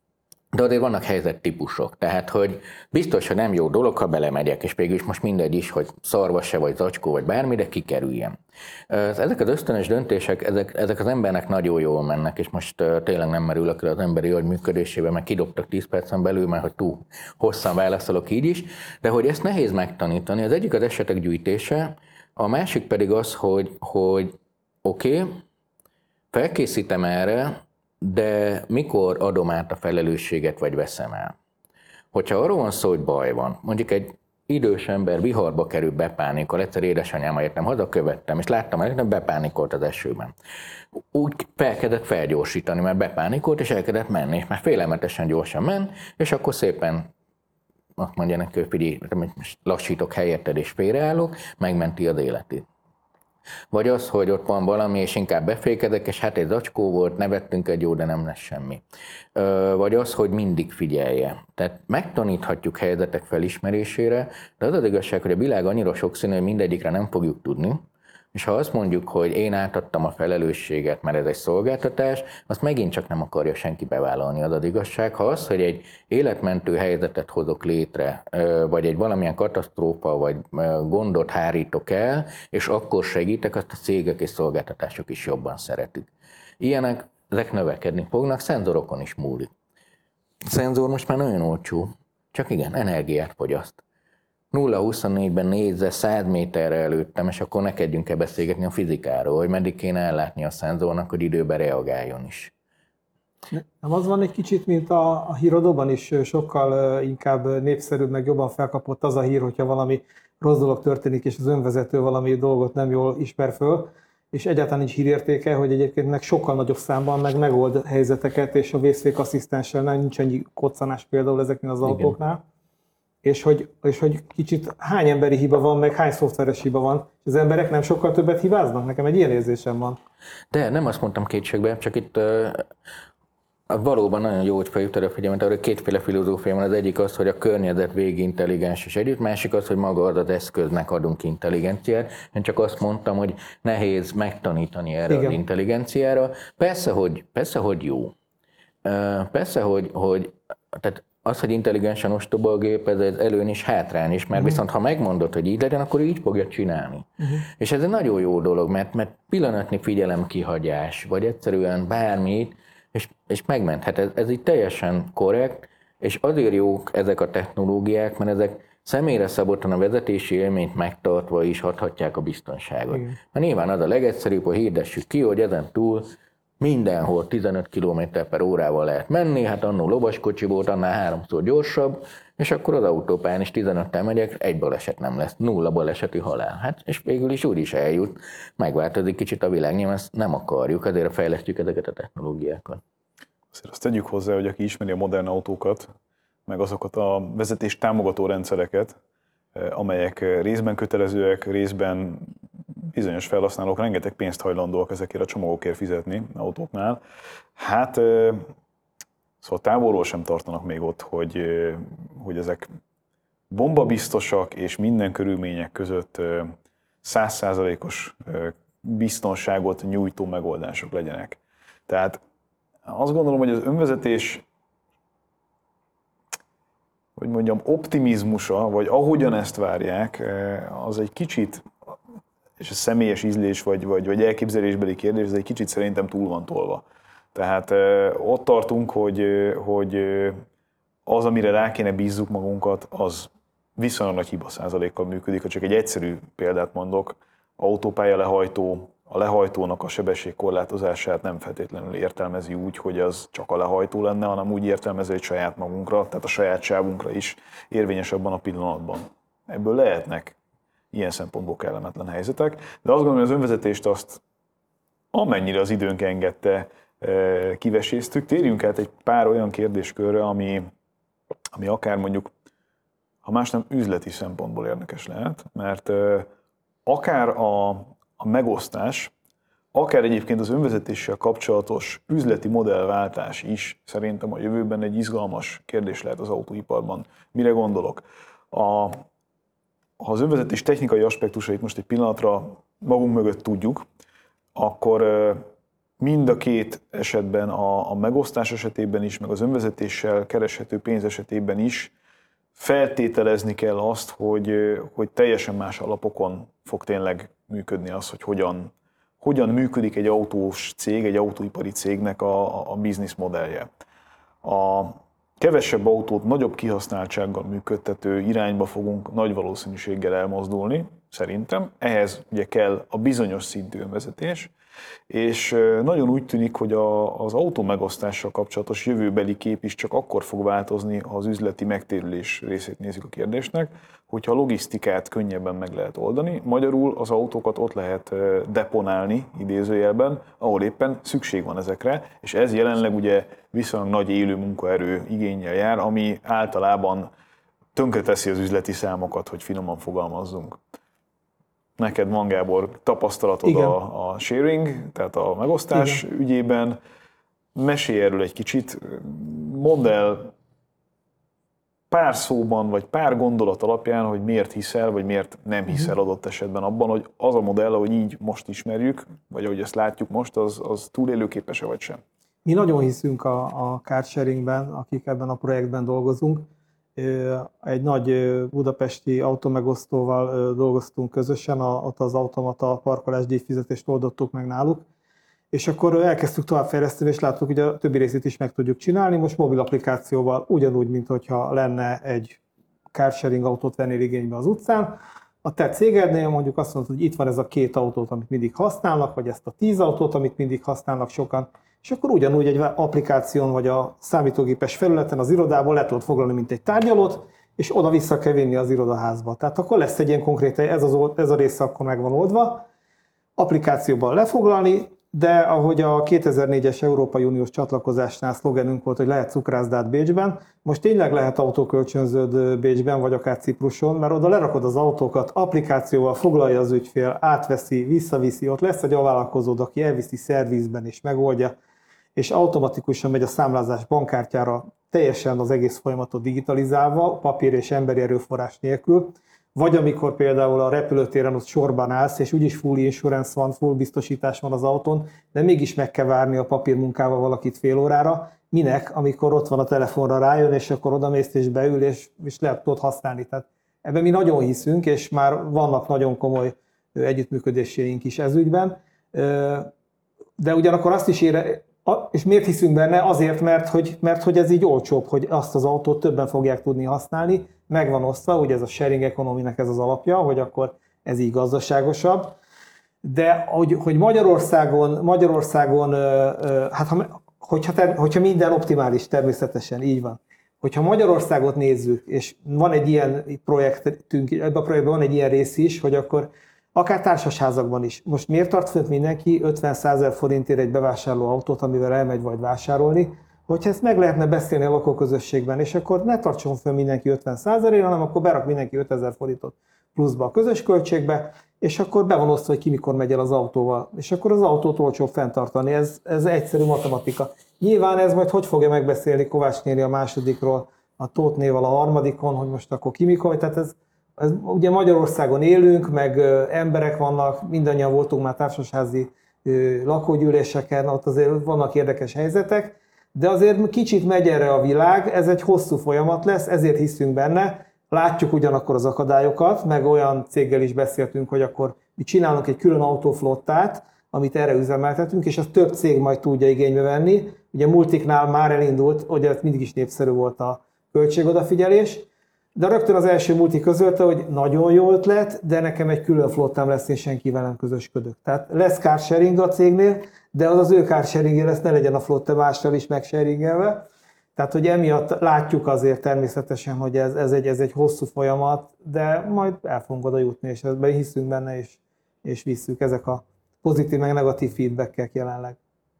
De azért vannak helyzettípusok, tehát hogy biztos, hogy nem jó dolog, ha belemegyek, és végül is most mindegy is, hogy szarvas se, vagy zacskó, vagy bármi, de kikerüljem. Ezek az ösztönös döntések, ezek az embernek nagyon jól mennek, és most tényleg nem merülök rá az emberi agy működésébe, meg kidobtak 10 percen belül, mert hogy túl hosszan válaszolok így is, de hogy ezt nehéz megtanítani. Az egyik az esetek gyűjtése, a másik pedig az, hogy oké, felkészítem erre, de mikor adom át a felelősséget, vagy veszem el? Hogyha arról van szó, hogy baj van, mondjuk egy idős ember viharba kerül, bepánikol, egyszer édesanyámmal értem, hazakövettem, és láttam, hogy bepánikolt az esőben. Úgy felkezdett felgyorsítani, mert bepánikolt, és elkezdett menni, és már félelmetesen gyorsan ment, és akkor szépen azt mondja neki, hogy figyelj, lassítok helyetted, és félreállok, megmenti az életét. Vagy az, hogy ott van valami, és inkább befékezek, és hát egy zacskó volt, nevettünk egy jó, de nem lesz semmi. Vagy az, hogy mindig figyelje. Tehát megtaníthatjuk helyzetek felismerésére, de az az igazság, hogy a világ annyira sokszínű, hogy mindegyikre nem fogjuk tudni, és ha azt mondjuk, hogy én átadtam a felelősséget, mert ez egy szolgáltatás, azt megint csak nem akarja senki bevállalni, az az igazság. Ha az, hogy egy életmentő helyzetet hozok létre, vagy egy valamilyen katasztrófa, vagy gondot hárítok el, és akkor segítek, azt a cégek és szolgáltatások is jobban szeretik. Ezek növekedni fognak, szenzorokon is múlik. A szenzor most már nagyon olcsó, csak igen, energiát fogyaszt. 0-24-ben nézze 100 méterre előttem, és akkor ne kezdjünk el beszélgetni a fizikáról, hogy meddig kéne ellátni a szenzornak, hogy időben reagáljon is. Nem az van egy kicsit, mint a híradóban is, sokkal inkább népszerűbb, meg jobban felkapott az a hír, hogyha valami rossz dolog történik, és az önvezető valami dolgot nem jól ismer föl, és egyáltalán nincs hírértéke, hogy egyébként meg sokkal nagyobb számban megold helyzeteket, és a vészfékasszisztenssel nincs annyi koccanás például ezeknél az autóknál. És hogy kicsit hány emberi hiba van, meg hány szoftveres hiba van, és az emberek nem sokkal többet hibáznak? Nekem egy ilyen érzésem van. De nem azt mondtam kétségbe, csak itt valóban nagyon jó, hogy feljuttad a figyelmet, arra kétféle filozófia van. Az egyik az, hogy a környezet végig intelligens és együtt, másik az, hogy maga az eszköznek adunk intelligenciát. Én csak azt mondtam, hogy nehéz megtanítani erre az intelligenciára. Persze, hogy jó. Persze, hogy tehát az, hogy intelligensen ostoba a gép, ez előny is, hátrány is, mert viszont ha megmondod, hogy így legyen, akkor így fogja csinálni. És ez egy nagyon jó dolog, mert pillanatnyi figyelemkihagyás, vagy egyszerűen bármit, és megmenthet. Ez így teljesen korrekt, és azért jók ezek a technológiák, mert ezek személyre szabottan a vezetési élményt megtartva is adhatják a biztonságot. Igen. Mert nyilván az a legegyszerűbb, hogy hirdessük ki, hogy ezen túl mindenhol 15 km/h lehet menni, hát annó lovaskocsi volt, annál 3-szor gyorsabb, és akkor az autópályán is 15-tel megyek, egy baleset nem lesz, 0 baleseti halál. Hát, és végül is úgy is eljut, megváltozik kicsit a világ, nyilván ezt nem akarjuk, azért fejlesztjük ezeket a technológiákat. Azért azt tegyük hozzá, hogy aki ismeri a modern autókat, meg azokat a vezetés támogató rendszereket, amelyek részben kötelezőek, részben bizonyos felhasználók rengeteg pénzt hajlandóak ezekért a csomagokért fizetni autóknál. Hát, szóval távolról sem tartanak még ott, hogy ezek bombabiztosak és minden körülmények között 100%-os biztonságot nyújtó megoldások legyenek. Tehát azt gondolom, hogy az önvezetés, hogy mondjam, optimizmusa, vagy ahogyan ezt várják, az egy kicsit, és a személyes ízlés vagy elképzelésbeli kérdés, ez egy kicsit szerintem túl van tolva. Tehát ott tartunk, hogy az, amire rá kéne bízzuk magunkat, az viszonylag nagy hiba százalékkal működik. Ha csak egy egyszerű példát mondok, autópálya lehajtó, a lehajtónak a sebességkorlátozását nem feltétlenül értelmezi úgy, hogy az csak a lehajtó lenne, hanem úgy értelmezi, hogy saját magunkra, tehát a saját sávunkra is érvényes abban a pillanatban. Ebből lehetnek ilyen szempontból kellemetlen helyzetek, de azt gondolom, hogy az önvezetést azt amennyire az időnk engedte, kiveséztük. Térjünk át egy pár olyan kérdéskörre, ami akár mondjuk, ha más nem, üzleti szempontból érdekes lehet, mert akár a megosztás, akár egyébként az önvezetéssel kapcsolatos üzleti modellváltás is szerintem a jövőben egy izgalmas kérdés lehet az autóiparban. Mire gondolok? Ha az önvezetés technikai aspektusait most egy pillanatra magunk mögött tudjuk, akkor mind a két esetben, a megosztás esetében is, meg az önvezetéssel kereshető pénz esetében is feltételezni kell azt, hogy teljesen más alapokon fog tényleg működni az, hogy hogyan működik egy autós cég, egy autóipari cégnek a business modellje. A kevesebb autót nagyobb kihasználtsággal működtető irányba fogunk nagy valószínűséggel elmozdulni, szerintem. Ehhez ugye kell a bizonyos szintű önvezetés, és nagyon úgy tűnik, hogy az autó megosztással kapcsolatos jövőbeli kép is csak akkor fog változni, ha az üzleti megtérülés részét nézzük a kérdésnek, hogyha a logisztikát könnyebben meg lehet oldani. Magyarul az autókat ott lehet deponálni, idézőjelben, ahol éppen szükség van ezekre, és ez jelenleg ugye viszonylag nagy élő munkaerő igénnyel jár, ami általában tönkreteszi az üzleti számokat, hogy finoman fogalmazzunk. Neked van, Gábor, tapasztalatod a sharing, tehát a megosztás ügyében. Mesélj erről egy kicsit, mondd el pár szóban, vagy pár gondolat alapján, hogy miért hiszel, vagy miért nem hiszel adott esetben abban, hogy az a modell, ahogy így most ismerjük, vagy ahogy ezt látjuk most, az túlélőképes-e vagy sem? Mi nagyon hiszünk a carsharingben, akik ebben a projektben dolgozunk. Egy nagy budapesti autómegosztóval dolgoztunk közösen, ott az automata parkolás díjfizetést oldottuk meg náluk, és akkor elkezdtük továbbfejleszteni, és láttuk, hogy a többi részét is meg tudjuk csinálni. Most mobil applikációval ugyanúgy, mint hogyha lenne egy carsharing autót vennél igénybe az utcán. A te cégednél mondjuk azt mondod, hogy itt van ez a 2 autót, amit mindig használnak, vagy ezt a 10 autót, amit mindig használnak sokan, és akkor ugyanúgy egy applikáción vagy a számítógépes felületen az irodában le tudod foglalni, mint egy tárgyalót, és oda-vissza kell vinni az irodaházba. Tehát akkor lesz egy ilyen konkrét, ez a része akkor meg van oldva, applikációban lefoglalni, de ahogy a 2004-es Európai Uniós csatlakozásnál szlogenünk volt, hogy lehet cukrászdát Bécsben, most tényleg lehet autókölcsönződ Bécsben, vagy akár Cipruson, mert oda lerakod az autókat, applikációval foglalja az ügyfél, átveszi, visszaviszi, ott lesz egy alvállalkozód, aki elviszi szervizben és megoldja, és automatikusan megy a számlázás bankkártyára, teljesen az egész folyamatot digitalizálva, papír és emberi erőforrás nélkül, vagy amikor például a repülőtéren ott sorban állsz, és úgyis full insurance van, full biztosítás van az autón, de mégis meg kell várni a papírmunkával valakit fél órára. Minek, amikor ott van a telefonra rájön, és akkor odamész és beül, és lehet tudod használni. Tehát ebben mi nagyon hiszünk, és már vannak nagyon komoly együttműködéseink is ez ügyben. De ugyanakkor azt is és miért hiszünk benne? Azért, mert hogy ez így olcsóbb, hogy azt az autót többen fogják tudni használni, meg van osztva, ugye ez a sharing economy-nek ez az alapja, hogy akkor ez így gazdaságosabb. De hogy Magyarországon hát hogyha minden optimális, természetesen így van. Hogyha Magyarországot nézzük, és van egy ilyen projektünk, ebben a projektben van egy ilyen rész is, hogy akkor akár társasházakban is. Most miért tart fönt mindenki 50-100 000 forintért egy bevásárló autót, amivel elmegy vagy vásárolni, hogyha ezt meg lehetne beszélni a lakóközösségben, és akkor ne tartson föl mindenki 50%-ért, hanem akkor berak mindenki 5000 forintot pluszba a közös költségbe, és akkor be van osztva, hogy ki mikor megy el az autóval. És akkor az autót olcsóbb fenntartani. Ez egyszerű matematika. Nyilván ez majd hogy fogja megbeszélni Kovács néni a másodikról, a Tóth néval a harmadikon, hogy most akkor ki mikor. Tehát ez ugye Magyarországon élünk, meg emberek vannak, mindannyian voltunk már társasházi lakógyűléseken, ott azért vannak érdekes helyzetek, de azért kicsit megy erre a világ, ez egy hosszú folyamat lesz, ezért hiszünk benne, látjuk ugyanakkor az akadályokat, meg olyan céggel is beszéltünk, hogy akkor mi csinálunk egy külön autóflottát, amit erre üzemeltetünk, és azt több cég majd tudja igénybe venni. Ugye Multiknál már elindult, ugye ez mindig is népszerű volt a költségodafigyelés, de rögtön az első multi közölte, hogy nagyon jó ötlet, de nekem egy külön flottám lesz, és senkivel nem közösködök. Tehát lesz carsharing a cégnél, de az ő carsharingje lesz, ne legyen a flotta mással is megsharingelve. Tehát, hogy emiatt látjuk azért természetesen, hogy ez egy hosszú folyamat, de majd el fogunk oda jutni, és ebben hiszünk benne, és visszük ezek a pozitív meg negatív feedback-ek jelenleg.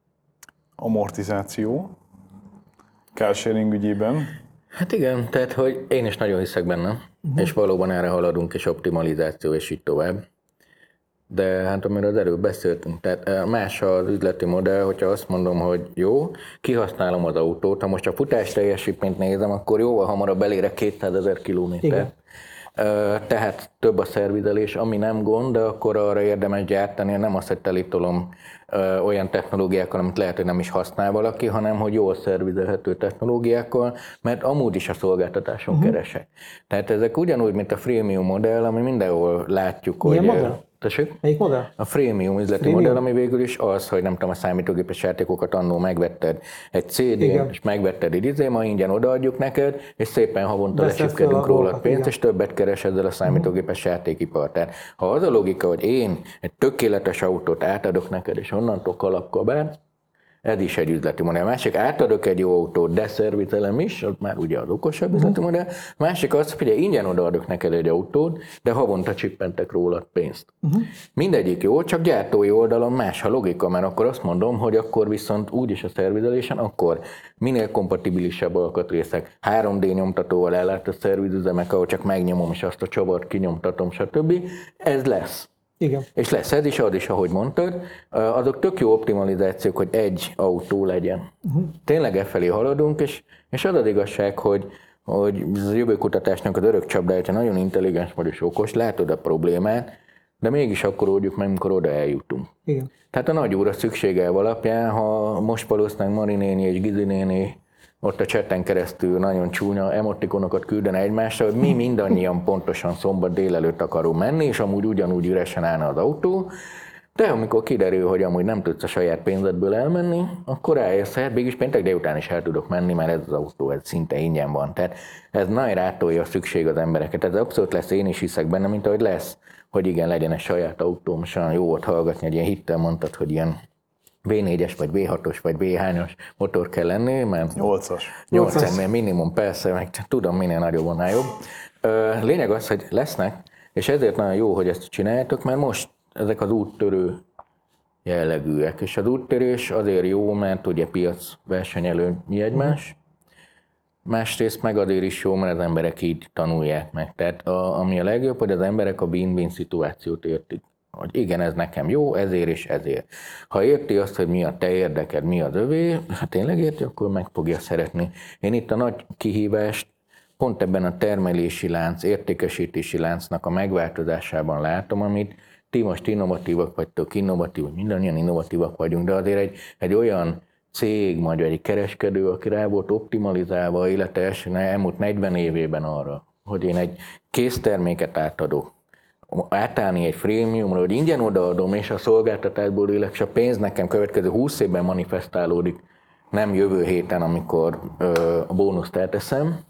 Amortizáció carsharing ügyében. Hát igen, tehát hogy én is nagyon hiszek benne, és valóban erre haladunk, és optimalizáció, és így tovább. De hát amiről az előbb beszéltünk, tehát más az üzleti modell, hogyha azt mondom, hogy jó, kihasználom az autót, ha most a futás teljesítményt nézem, akkor jóval hamarabb elérek 200 000 kilométert. Tehát több a szervizelés, ami nem gond, de akkor arra érdemes gyártani, nem azt, hogy telítolom olyan technológiákkal, amit lehet, hogy nem is használ valaki, hanem hogy jól szervizelhető technológiákkal, mert amúgy is a szolgáltatáson keresek. Tehát ezek ugyanúgy, mint a freemium modell, ami mindenhol látjuk, milyen hogy... modell? Tessék? Melyik modell? A freemium üzleti modell, ami végül is az, hogy nem tudom, a számítógépes játékokat annó megvetted egy CD-n, és megvetted egy ma ingyen odaadjuk neked, és szépen havonta lesüpkedünk róla pénzt, és többet keres ezzel a számítógépes játékipar. Tehát ha az a logika, hogy én egy tökéletes autót átadok neked, és onnantól kalapkabát, ez is egy üzleti modell. Másik, átadok egy jó autót, de szervizelem is, ott már ugye az okosabb üzleti modell. Másik az, hogy ingyen odaadok neked egy autót, de havonta csippentek rólad pénzt. Mindegyik jó, csak gyártói oldalon más a logika, mert akkor azt mondom, hogy akkor viszont úgyis a szervizelésen, akkor minél kompatibilisebb alkatrészek, 3D nyomtatóval ellátott szervizüzemek, ahol csak megnyomom, és azt a csavart kinyomtatom, stb. Ez lesz. Igen. És lesz ez is, az is, ahogy mondtad, azok tök jó optimalizációk, hogy egy autó legyen. Tényleg e felé haladunk, és az az igazság, hogy az jövőkutatásnak az örök csapdája, hogyha nagyon intelligens vagy és okos, látod a problémát, de mégis akkor oldjuk meg, amikor oda eljutunk. Igen. Tehát a nagy úr a szüksége alapján, ha most valószínűleg Mari néni és Gizi néni ott a chatten keresztül nagyon csúnya emotikonokat küldene egymásra, hogy mi mindannyian pontosan szombat délelőtt akarunk menni, és amúgy ugyanúgy üresen állna az autó, de amikor kiderül, hogy amúgy nem tudsz a saját pénzedből elmenni, akkor ráérsz, hát mégis péntek délután is el tudok menni, mert ez az autó ez szinte ingyen van. Tehát ez nagyon rátolja a szükség az embereket. Ez abszolút lesz, én is hiszek benne, mint ahogy lesz, hogy igen, legyen egy saját autóm, és olyan jó volt hallgatni, egy ilyen hittel mondtad, hogy ilyen V4-es, vagy V6-os, vagy V3-as motor kell lenni, mert 8-as. 8-as minimum, persze, meg tudom, minél nagyobb, annál jobb. Lényeg az, hogy lesznek, és ezért nagyon jó, hogy ezt csináljátok, mert most ezek az úttörő jellegűek, és az úttörés azért jó, mert ugye piac versenyelőnyi egymás, másrészt meg azért is jó, mert az emberek így tanulják meg. Tehát ami a legjobb, hogy az emberek a win-win szituációt értik. Hogy igen, ez nekem jó, ezért és ezért. Ha érti azt, hogy mi a te érdeked, mi az övé, ha tényleg érti, akkor meg fogja szeretni. Én itt a nagy kihívást pont ebben a termelési lánc, értékesítési láncnak a megváltozásában látom, amit ti most innovatívak vagytok, innovatívak, mindannyian innovatívak vagyunk, de azért egy olyan cég, vagy egy kereskedő, aki rá volt optimalizálva élete elmúlt 40 évében arra, hogy én egy készterméket átadok, átállni egy freemiumra, hogy ingyen odaadom, és a szolgáltatásból élek, és a pénz nekem következő 20 évben manifestálódik, nem jövő héten, amikor a bónuszt elteszem.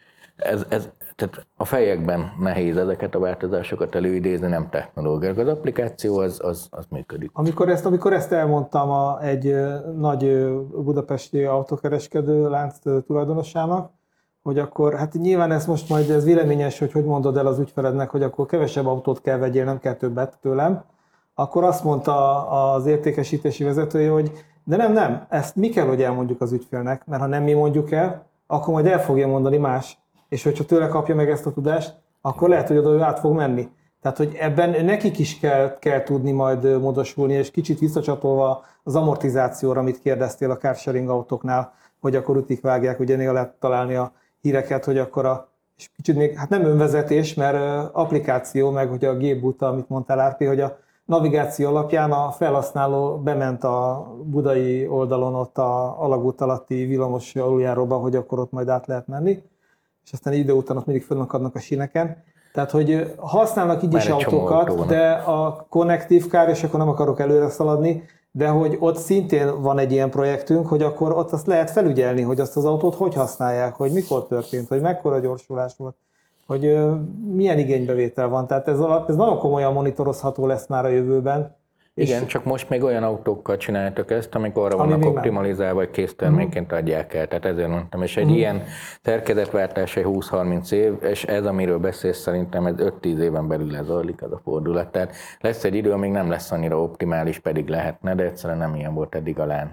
Tehát a fejekben nehéz ezeket a változásokat előidézni, nem technológia. Az applikáció az működik. Amikor ezt elmondtam egy nagy budapesti autókereskedő lánc tulajdonosának, hogy akkor, hát nyilván ez most majd ez véleményes, hogy mondod el az ügyfelednek, hogy akkor kevesebb autót kell vegyél, nem kell többet tőlem, akkor azt mondta az értékesítési vezetője, hogy de nem, ezt mi kell, hogy elmondjuk az ügyfélnek, mert ha nem mi mondjuk el, akkor majd el fogja mondani más, és hogyha tőle kapja meg ezt a tudást, akkor lehet, hogy oda ő át fog menni. Tehát, hogy ebben nekik is kell tudni majd módosulni, és kicsit visszacsatolva az amortizációra, amit kérdeztél a carsharing autóknál, hogy akkor ütik vágják, ugye néha lehet találni a híreket, hogy akkor és kicsit még, hát nem önvezetés, mert applikáció, meg hogy a gépbuta, amit mondtál Árpi, hogy a navigáció alapján a felhasználó bement a budai oldalon ott a alagút alatti villamos aluljáróba, hogy akkor ott majd át lehet menni, és aztán idő után ott mindig fönnakadnak a síneken. Tehát, hogy használnak így is autókat, de a Connective Car, és akkor nem akarok előre szaladni, de hogy ott szintén van egy ilyen projektünk, hogy akkor ott azt lehet felügyelni, hogy azt az autót hogy használják, hogy mikor történt, hogy mekkora gyorsulás volt, hogy milyen igénybevétel van. Tehát ez nagyon komolyan monitorozható lesz már a jövőben. Igen, csak most még olyan autókkal csináljátok ezt, amik arra vannak optimalizálva, vagy késztermékként adják el. Tehát ezért mondtam. És egy ilyen szerkezetváltás egy 20-30 év, és ez, amiről beszélsz, szerintem ez 5-10 éven belül lezajlik ez a fordulat. Tehát lesz egy idő, amíg nem lesz annyira optimális, pedig lehetne, de egyszerűen nem ilyen volt eddig a lánc.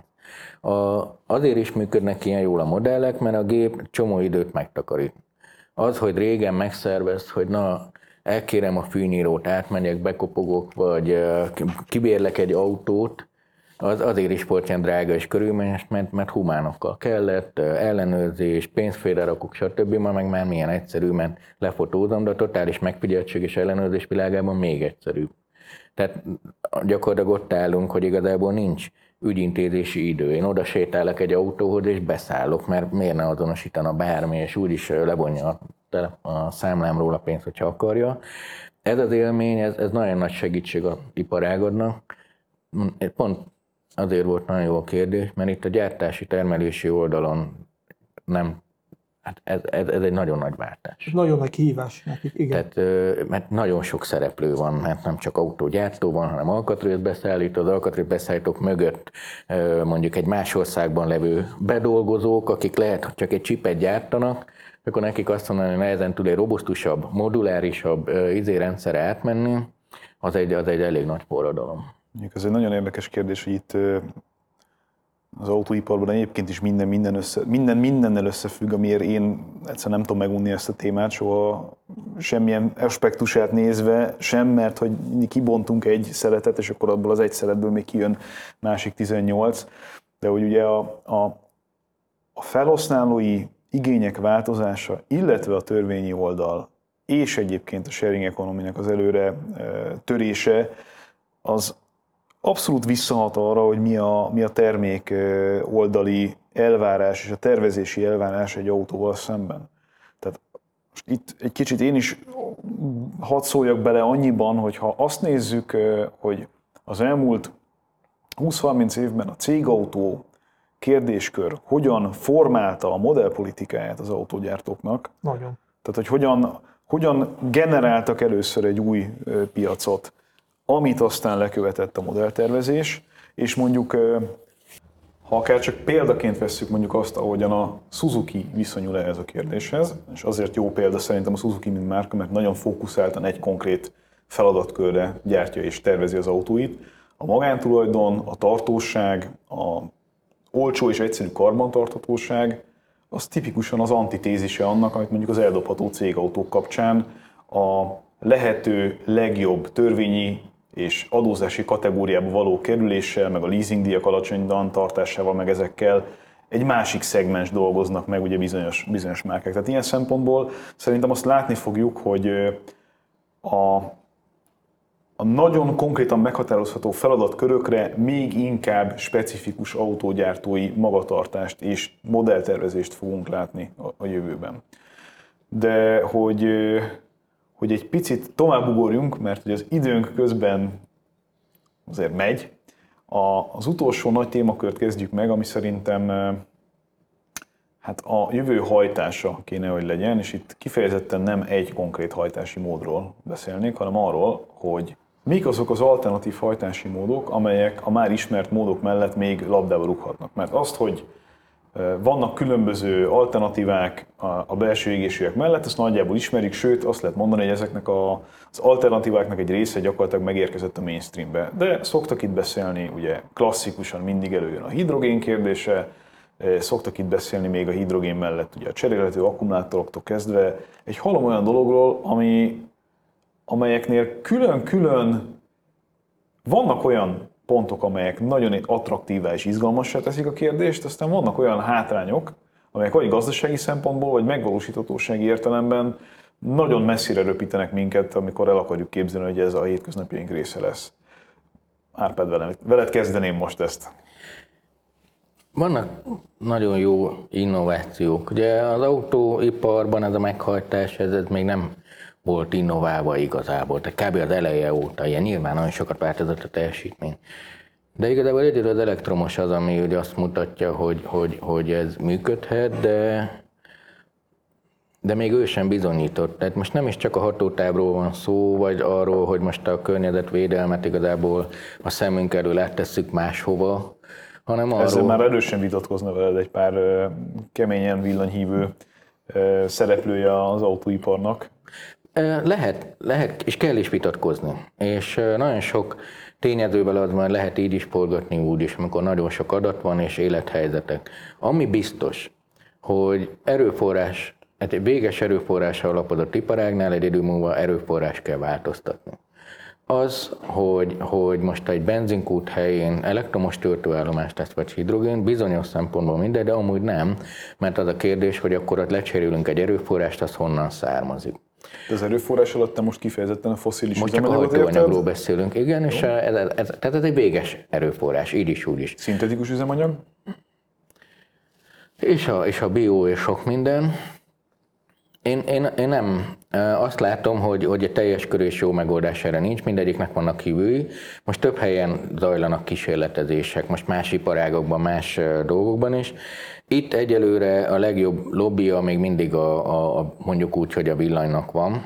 Azért is működnek ilyen jól a modellek, mert a gép csomó időt megtakarít. Az, hogy régen megszervez, hogy elkérem a fűnyírót, átmegyek, bekopogok, vagy kibérlek egy autót, az azért is volt ilyen drága és körülményes, mert humánokkal kellett, ellenőrzés, pénzfélre rakok, stb. Ma meg már milyen egyszerű, mert lefotózom, de a totális megfigyeltség és ellenőrzés világában még egyszerűbb. Tehát gyakorlatilag ott állunk, hogy igazából nincs ügyintézési idő. Én oda sétálok egy autóhoz, és beszállok, mert miért ne azonosítana bármi, és úgyis levonja a számlámról a pénzt, hogyha akarja. Ez az élmény, ez nagyon nagy segítség az iparágadnak. Pont azért volt nagyon jó a kérdés, mert itt a gyártási, termelési oldalon nem, hát ez egy nagyon nagy váltás. Nagyon nagy kihívás nekik, igen. Tehát, mert nagyon sok szereplő van, mert nem csak autógyártó van, hanem alkatrészbeszállító, az alkatrészbeszállítók mögött mondjuk egy más országban levő bedolgozók, akik lehet, hogy csak egy csipet gyártanak, akkor nekik azt mondani, hogy nehezen tud egy robusztusabb, modulárisabb rendszerre átmenni, az egy elég nagy forradalom. Ez egy nagyon érdekes kérdés, hogy itt az autóiparban egyébként is mindennel összefügg, amiért én egyszerűen nem tudom megunni ezt a témát, soha semmilyen aspektusát nézve, sem, mert hogy kibontunk egy szeletet, és akkor abból az egy szeletből még kijön másik 18, de hogy ugye a felhasználói igények változása, illetve a törvényi oldal, és egyébként a sharing economy-nek az előre törése, az abszolút visszahat arra, hogy mi a termék oldali elvárás és a tervezési elvárás egy autóval szemben. Tehát most itt egy kicsit én is hadd szóljak bele annyiban, hogy ha azt nézzük, hogy az elmúlt 20-30 évben a cégautó kérdéskör hogyan formálta a modellpolitikáját az autógyártóknak. Nagyon. Tehát, hogy hogyan generáltak először egy új piacot, amit aztán lekövetett a modelltervezés, és mondjuk, ha akár csak példaként vesszük mondjuk azt, ahogyan a Suzuki viszonyul ehhez a kérdéshez, és azért jó példa szerintem a Suzuki, mint márka, mert nagyon fókuszáltan egy konkrét feladatkörre gyártja és tervezi az autóit. A magántulajdon, a tartóság, a olcsó és egyszerű karbantarthatóság, az tipikusan az antitézise annak, amit mondjuk az eldobható cégautók kapcsán a lehető legjobb törvényi és adózási kategóriába való kerüléssel, meg a leasingdíjak alacsony tartásával, meg ezekkel egy másik szegmens dolgoznak meg ugye bizonyos márkák. Tehát ilyen szempontból szerintem azt látni fogjuk, hogy a nagyon konkrétan meghatározható feladatkörökre még inkább specifikus autógyártói magatartást és modelltervezést fogunk látni a jövőben. De hogy egy picit tovább ugorjunk, mert hogy az időnk közben azért megy, az utolsó nagy témakört kezdjük meg, ami szerintem hát a jövő hajtása kéne, hogy legyen, és itt kifejezetten nem egy konkrét hajtási módról beszélnék, hanem arról, hogy mik azok az alternatív hajtási módok, amelyek a már ismert módok mellett még labdába rúghatnak. Mert azt, hogy vannak különböző alternatívák a belső égésűek mellett, ezt nagyjából ismerik, sőt azt lehet mondani, hogy ezeknek az alternatíváknak egy része gyakorlatilag megérkezett a mainstreambe. De szoktak itt beszélni, ugye klasszikusan mindig előjön a hidrogén kérdése, szoktak itt beszélni még a hidrogén mellett ugye a cserélhető akkumulátoroktól kezdve egy halom olyan dologról, amelyeknél külön-külön vannak olyan pontok, amelyek nagyon attraktívá és izgalmassá teszik a kérdést, aztán vannak olyan hátrányok, amelyek vagy gazdasági szempontból, vagy megvalósíthatósági értelemben nagyon messzire röpítenek minket, amikor el akarjuk képzelni, hogy ez a hétköznapjaink része lesz. Árpád, veled kezdeném most ezt. Vannak nagyon jó innovációk. Ugye az autóiparban ez a meghajtás, ez még nem volt innoválva igazából, tehát kb. Az eleje óta, ilyen nyilván nagyon sokat változott a teljesítmény. De igazából egyedül az elektromos az, ami ugye azt mutatja, hogy ez működhet, de még ő sem bizonyított. Tehát most nem is csak a hatótávról van szó, vagy arról, hogy most a környezetvédelmet igazából a szemünk elől áttesszük máshova, hanem arról... Ezzel már erősen vitatkozna veled egy pár keményen villanyhívő szereplője az autóiparnak. Lehet, és kell is vitatkozni. És nagyon sok tényezővel az van, lehet így is forgatni, úgy is, amikor nagyon sok adat van és élethelyzetek. Ami biztos, hogy egy véges erőforrásra alapodott iparágnál egy idő múlva erőforrás kell változtatni. Az, hogy most egy benzinkút helyén elektromos töltőállomást tesz, vagy hidrogén, bizonyos szempontból mindegy, de amúgy nem, mert az a kérdés, hogy akkor ott lecserélünk egy erőforrást, az honnan származik. De az erőforrás alatt te most kifejezetten a fosszilis Most csak a üzemanyagot hajtóanyagról érted? beszélünk, igen, és tehát ez egy véges erőforrás, így is, úgy is. Szintetikus üzemanyag? És a bio és sok minden. Én nem azt látom, hogy egy teljes körű és jó megoldás erre nincs, mindegyiknek vannak hívői. Most több helyen zajlanak kísérletezések, most más iparágokban, más dolgokban is. Itt egyelőre a legjobb lobbija még mindig mondjuk úgy, hogy a villanynak van,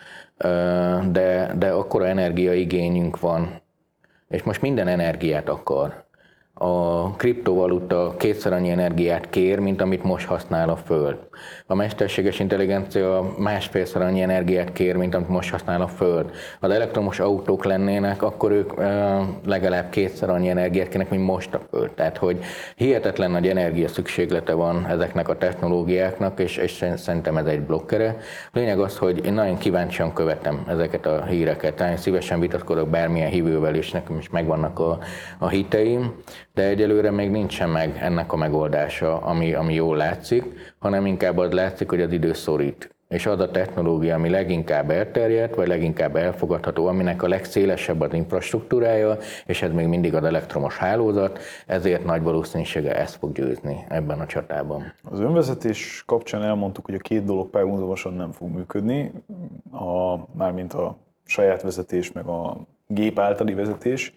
de akkora energiaigényünk van, és most minden energiát akar. A kriptovaluta kétszer annyi energiát kér, mint amit most használ a Föld. A mesterséges intelligencia másfélszer annyi energiát kér, mint amit most használ a Föld. Ha az elektromos autók lennének, akkor ők legalább kétszer annyi energiát kérnek, mint most a Föld. Tehát, hogy hihetetlen nagy energia szükséglete van ezeknek a technológiáknak, és szerintem ez egy blokkere. A lényeg az, hogy én nagyon kíváncsian követem ezeket a híreket. Nagyon szívesen vitatkozok bármilyen hívővel, és nekem is megvannak a hiteim. De egyelőre még nincsen meg ennek a megoldása, ami jól látszik, hanem inkább az látszik, hogy az idő szorít. És az a technológia, ami leginkább elterjedt, vagy leginkább elfogadható, aminek a legszélesebb az infrastruktúrája, és ez még mindig az elektromos hálózat, ezért nagy valószínűséggel ez fog győzni ebben a csatában. Az önvezetés kapcsán elmondtuk, hogy a két dolog párhuzamosan nem fog működni, mármint a saját vezetés, meg a gép általi vezetés.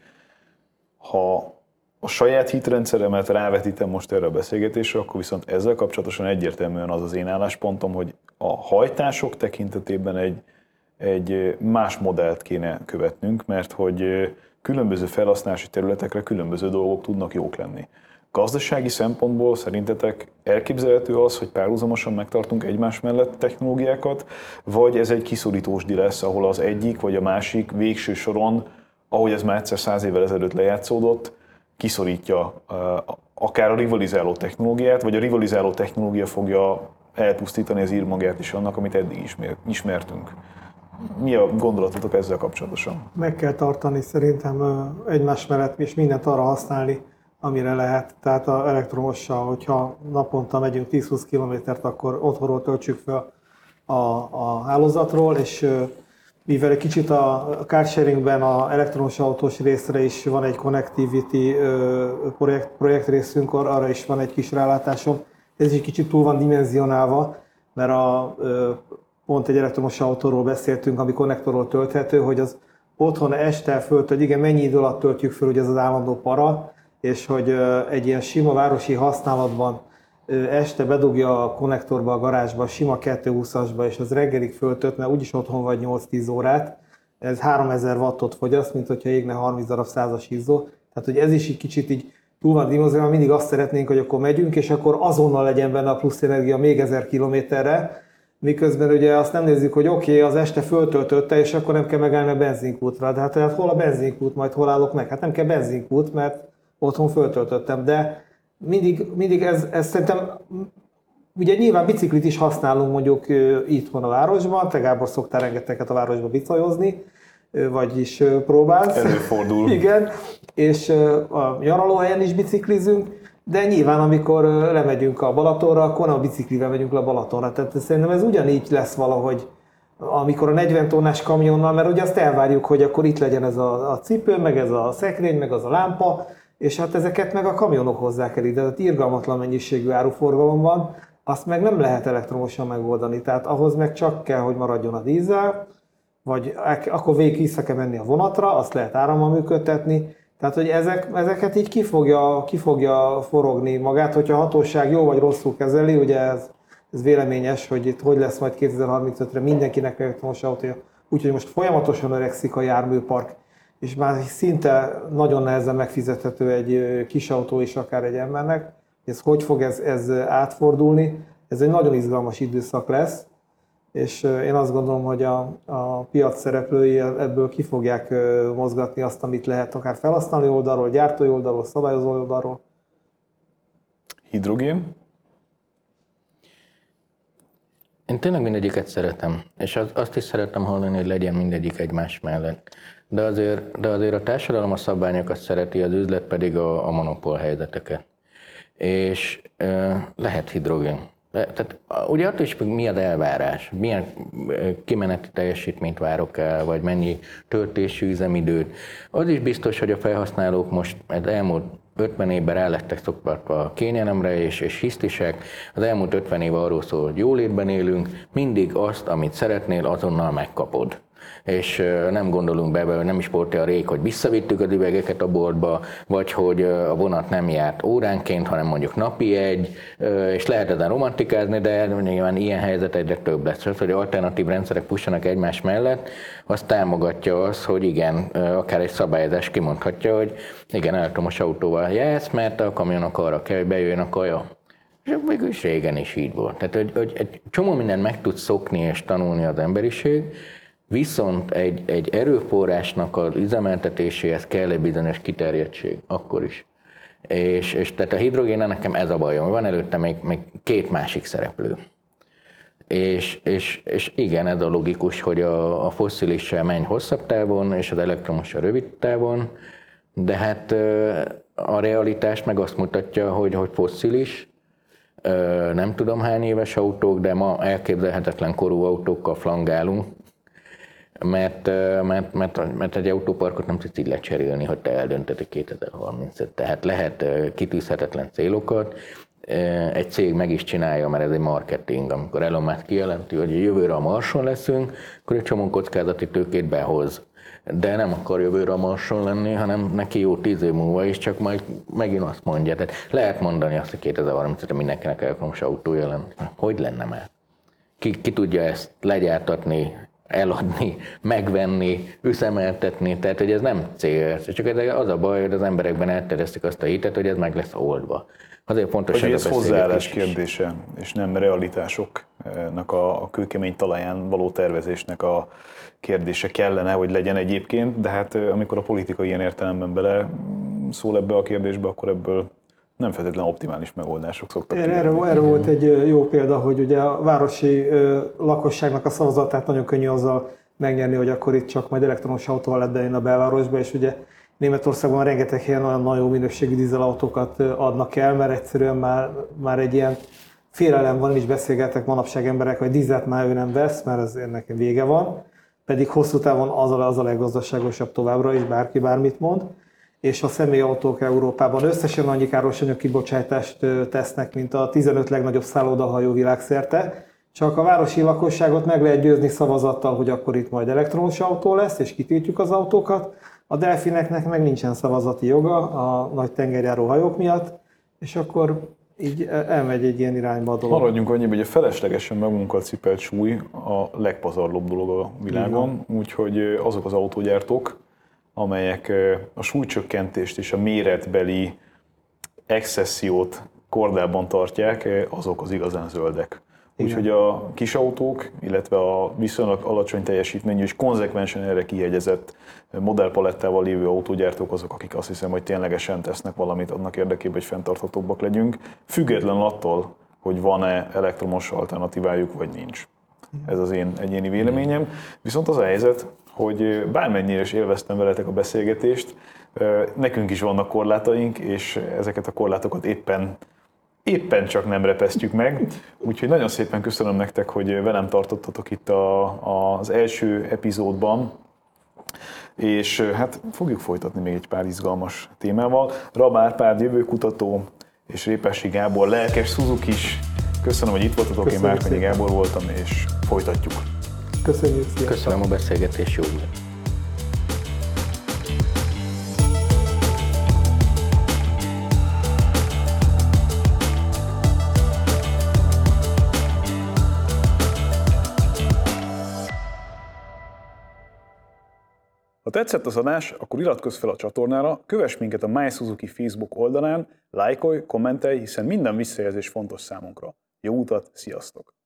Ha a saját hitrendszeremet rávetítem most erre a beszélgetésre, akkor viszont ezzel kapcsolatosan egyértelműen az én álláspontom, hogy a hajtások tekintetében egy más modellt kéne követnünk, mert hogy különböző felhasználási területekre különböző dolgok tudnak jók lenni. Gazdasági szempontból szerintetek elképzelhető az, hogy párhuzamosan megtartunk egymás mellett technológiákat, vagy ez egy kiszorítósdi lesz, ahol az egyik vagy a másik végső soron, ahogy ez már egyszer 100 évvel ezelőtt lejátszódott, kiszorítja akár a rivalizáló technológiát, vagy a rivalizáló technológia fogja elpusztítani az írmagját is annak, amit eddig ismertünk. Mi a gondolatotok ezzel kapcsolatosan? Meg kell tartani szerintem egymás mellett, és mindent arra használni, amire lehet. Tehát az elektromossal, hogyha naponta megyünk 10-20 kilométert, akkor otthonról töltsük fel a hálózatról, és mivel egy kicsit a carsharingben az elektromos autós részre is van egy connectivity projekt részünk, arra is van egy kis rálátásom. Ez is egy kicsit túl van dimenzionálva, mert pont egy elektromos autóról beszéltünk, ami konnektorról tölthető, hogy az otthon este föltölt, igen, mennyi idő alatt töltjük föl, hogy ez az állandó para, és hogy egy ilyen sima városi használatban este bedugja a konnektorba, a garázsba, a sima 220-asba, és az reggelig föltölt, mert úgyis otthon vagy 8-10 órát, ez 3000 wattot fogyaszt, mint hogyha égne 30 darab 100-as izzó. Tehát, hogy ez is egy kicsit így túl van dimenzionálva, mindig azt szeretnénk, hogy akkor megyünk, és akkor azonnal legyen benne a plusz energia még 1000 kilométerre, miközben ugye azt nem nézzük, hogy oké, az este föltöltötte, és akkor nem kell megállni a benzinkútra. De hát hol a benzinkút, majd hol állok meg? Hát nem kell benzinkút, mert otthon föltöltöttem, de mindig ez szerintem, ugye nyilván biciklit is használunk mondjuk itthon a városban, te Gábor szoktál rengeteget a városba bicajhozni, vagyis próbálsz. Előfordul. Igen, és a nyaralóhelyen is biciklizünk, de nyilván amikor lemegyünk a Balatonra, akkor nem a biciklivel megyünk le a Balatonra. Tehát szerintem ez ugyanígy lesz valahogy, amikor a 40 tonnás kamionnal, mert ugye azt elvárjuk, hogy akkor itt legyen ez a cipő, meg ez a szekrény, meg az a lámpa, és hát ezeket meg a kamionok hozzák el ide, tehát irgalmatlan mennyiségű áruforgalom van, azt meg nem lehet elektromosan megoldani, tehát ahhoz meg csak kell, hogy maradjon a dízel, vagy akkor végig vissza kell menni a vonatra, azt lehet árammal működtetni, tehát hogy ezeket így ki fogja forogni magát, hogyha a hatóság jó vagy rosszul kezeli, ugye ez véleményes, hogy itt hogy lesz majd 2035-re mindenkinek elektromos autója, úgyhogy most folyamatosan öregszik a járműpark, és már szinte nagyon nehezen megfizethető egy kis autó is akár egy embernek. Ez hogy fog ez átfordulni? Ez egy nagyon izgalmas időszak lesz, és én azt gondolom, hogy a piac szereplői ebből ki fogják mozgatni azt, amit lehet akár felhasználói oldalról, gyártói oldalról, szabályozó oldalról. Hidrogén? Én tényleg mindegyiket szeretem, és azt is szeretem hallani, hogy legyen mindegyik egymás mellett. De azért a társadalom a szabványokat szereti, az üzlet pedig a monopól helyzeteket. És lehet hidrogén. Tehát ugye attól is mi az elvárás, milyen kimeneti teljesítményt várok el, vagy mennyi töltési üzemidőt. Az is biztos, hogy a felhasználók most az elmúlt 50 évben rá lettek szokva a kényelemre, és hisztisek. Az elmúlt 50 év arról szól, hogy jólétben élünk, mindig azt, amit szeretnél, azonnal megkapod. És nem gondolunk be, vagy nem is volt olyan rég, hogy visszavittük az üvegeket a boltba, vagy hogy a vonat nem járt óránként, hanem mondjuk napi egy, és lehet ezen romantikázni, de nyilván ilyen helyzet egyre több lesz. Az, hogy alternatív rendszerek pussanak egymás mellett, az támogatja azt, hogy igen, akár egy szabályozás kimondhatja, hogy igen, elektromos autóval jársz, mert a kamionok arra kell, hogy bejöjjön a kaja. És mégis régen is így volt. Tehát, hogy egy csomó mindent meg tud szokni és tanulni az emberiség, viszont egy erőforrásnak az üzemeltetéséhez kell egy bizonyos kiterjedtség, akkor is. És tehát a hidrogénnel nekem ez a bajom, van előtte még két másik szereplő. És igen, ez a logikus, hogy a fosszilissel menj hosszabb távon, és az elektromossal rövid távon, de hát a realitás meg azt mutatja, hogy fosszilis, nem tudom hány éves autók, de ma elképzelhetetlen korú autókkal flangálunk, mert egy autóparkot nem tudsz így lecserélni, hogy te eldöntöd 2035. Tehát lehet kitűzhetetlen célokat, egy cég meg is csinálja, mert ez egy marketing, amikor Elon Musk kijelenti, hogy jövőre a Marson leszünk, akkor egy csomó kockázati tőkét behoz. De nem akar jövőre a Marson lenni, hanem neki jó 10 év múlva is, csak majd megint azt mondja. Tehát lehet mondani azt, hogy 2030-ra mindenkinek elektromos autója lenne. Hogy lenne már? Ki tudja ezt legyártatni, eladni, megvenni, üzemeltetni, tehát hogy ez nem cél. Csak az a baj, hogy az emberekben elterjesztik azt a hitet, hogy ez meg lesz oldva. Azért fontos, hogy ez hozzáállás kérdése, és nem realitásoknak a kőkemény talaján való tervezésnek a kérdése kellene, hogy legyen egyébként, de hát amikor a politika ilyen értelemben bele szól ebbe a kérdésbe, akkor ebből nem feltétlenül optimális megoldások szoktak kijönni. Erre volt egy jó példa, hogy ugye a városi lakosságnak a szavazatát nagyon könnyű azzal megnyerni, hogy akkor itt csak majd elektromos autóval lehet bejönni a belvárosba, és ugye Németországban rengeteg helyen olyan nagyon jó minőségű dízelautókat adnak el, mert egyszerűen már egy ilyen félelem van, is beszélgetek manapság emberek, hogy dízelt már ő nem vesz, mert azért nekem vége van, pedig hosszú távon az a leggazdaságosabb továbbra is, bárki bármit mond. És a személyautók Európában összesen annyi károsanyag kibocsátást tesznek, mint a 15 legnagyobb szállodahajó világszerte. Csak a városi lakosságot meg lehet győzni szavazattal, hogy akkor itt majd elektromos autó lesz, és kitiltjuk az autókat. A delfineknek meg nincsen szavazati joga a nagy tengerjáró hajók miatt, és akkor így elmegy egy ilyen irányba a dolog. Maradjunk annyiba, hogy a feleslegesen magunkat cipelt súly a legpazarlóbb dolog a világon, úgyhogy azok az autógyártók, amelyek a súlycsökkentést és a méretbeli excessziót kordában tartják, azok az igazán zöldek. Úgyhogy a kis autók, illetve a viszonylag alacsony teljesítményű és konzekvensen erre kihegyezett modellpalettával lévő autógyártók azok, akik azt hiszem, hogy ténylegesen tesznek valamit annak érdekében, hogy fenntarthatóbbak legyünk, függetlenül attól, hogy van-e elektromos alternatívájuk, vagy nincs. Ez az én egyéni véleményem. Viszont az a helyzet, hogy bármennyire is élveztem veletek a beszélgetést, nekünk is vannak korlátaink, és ezeket a korlátokat éppen csak nem repesztjük meg. Úgyhogy nagyon szépen köszönöm nektek, hogy velem tartottatok itt az első epizódban, és hát fogjuk folytatni még egy pár izgalmas témával. Rab Árpád jövőkutató és Répessy Gábor lelkes Suzukis. Köszönöm, hogy itt voltatok, én Márkonyi Gábor voltam, és folytatjuk. Köszönjük, sziasztok. Köszönöm a beszélgetés, jó volt. Ha tetszett az adás, akkor iratkozz fel a csatornára, kövess minket a My Suzuki Facebook oldalán, lájkolj, kommentelj, hiszen minden visszajelzés fontos számunkra. Jó utat, sziasztok!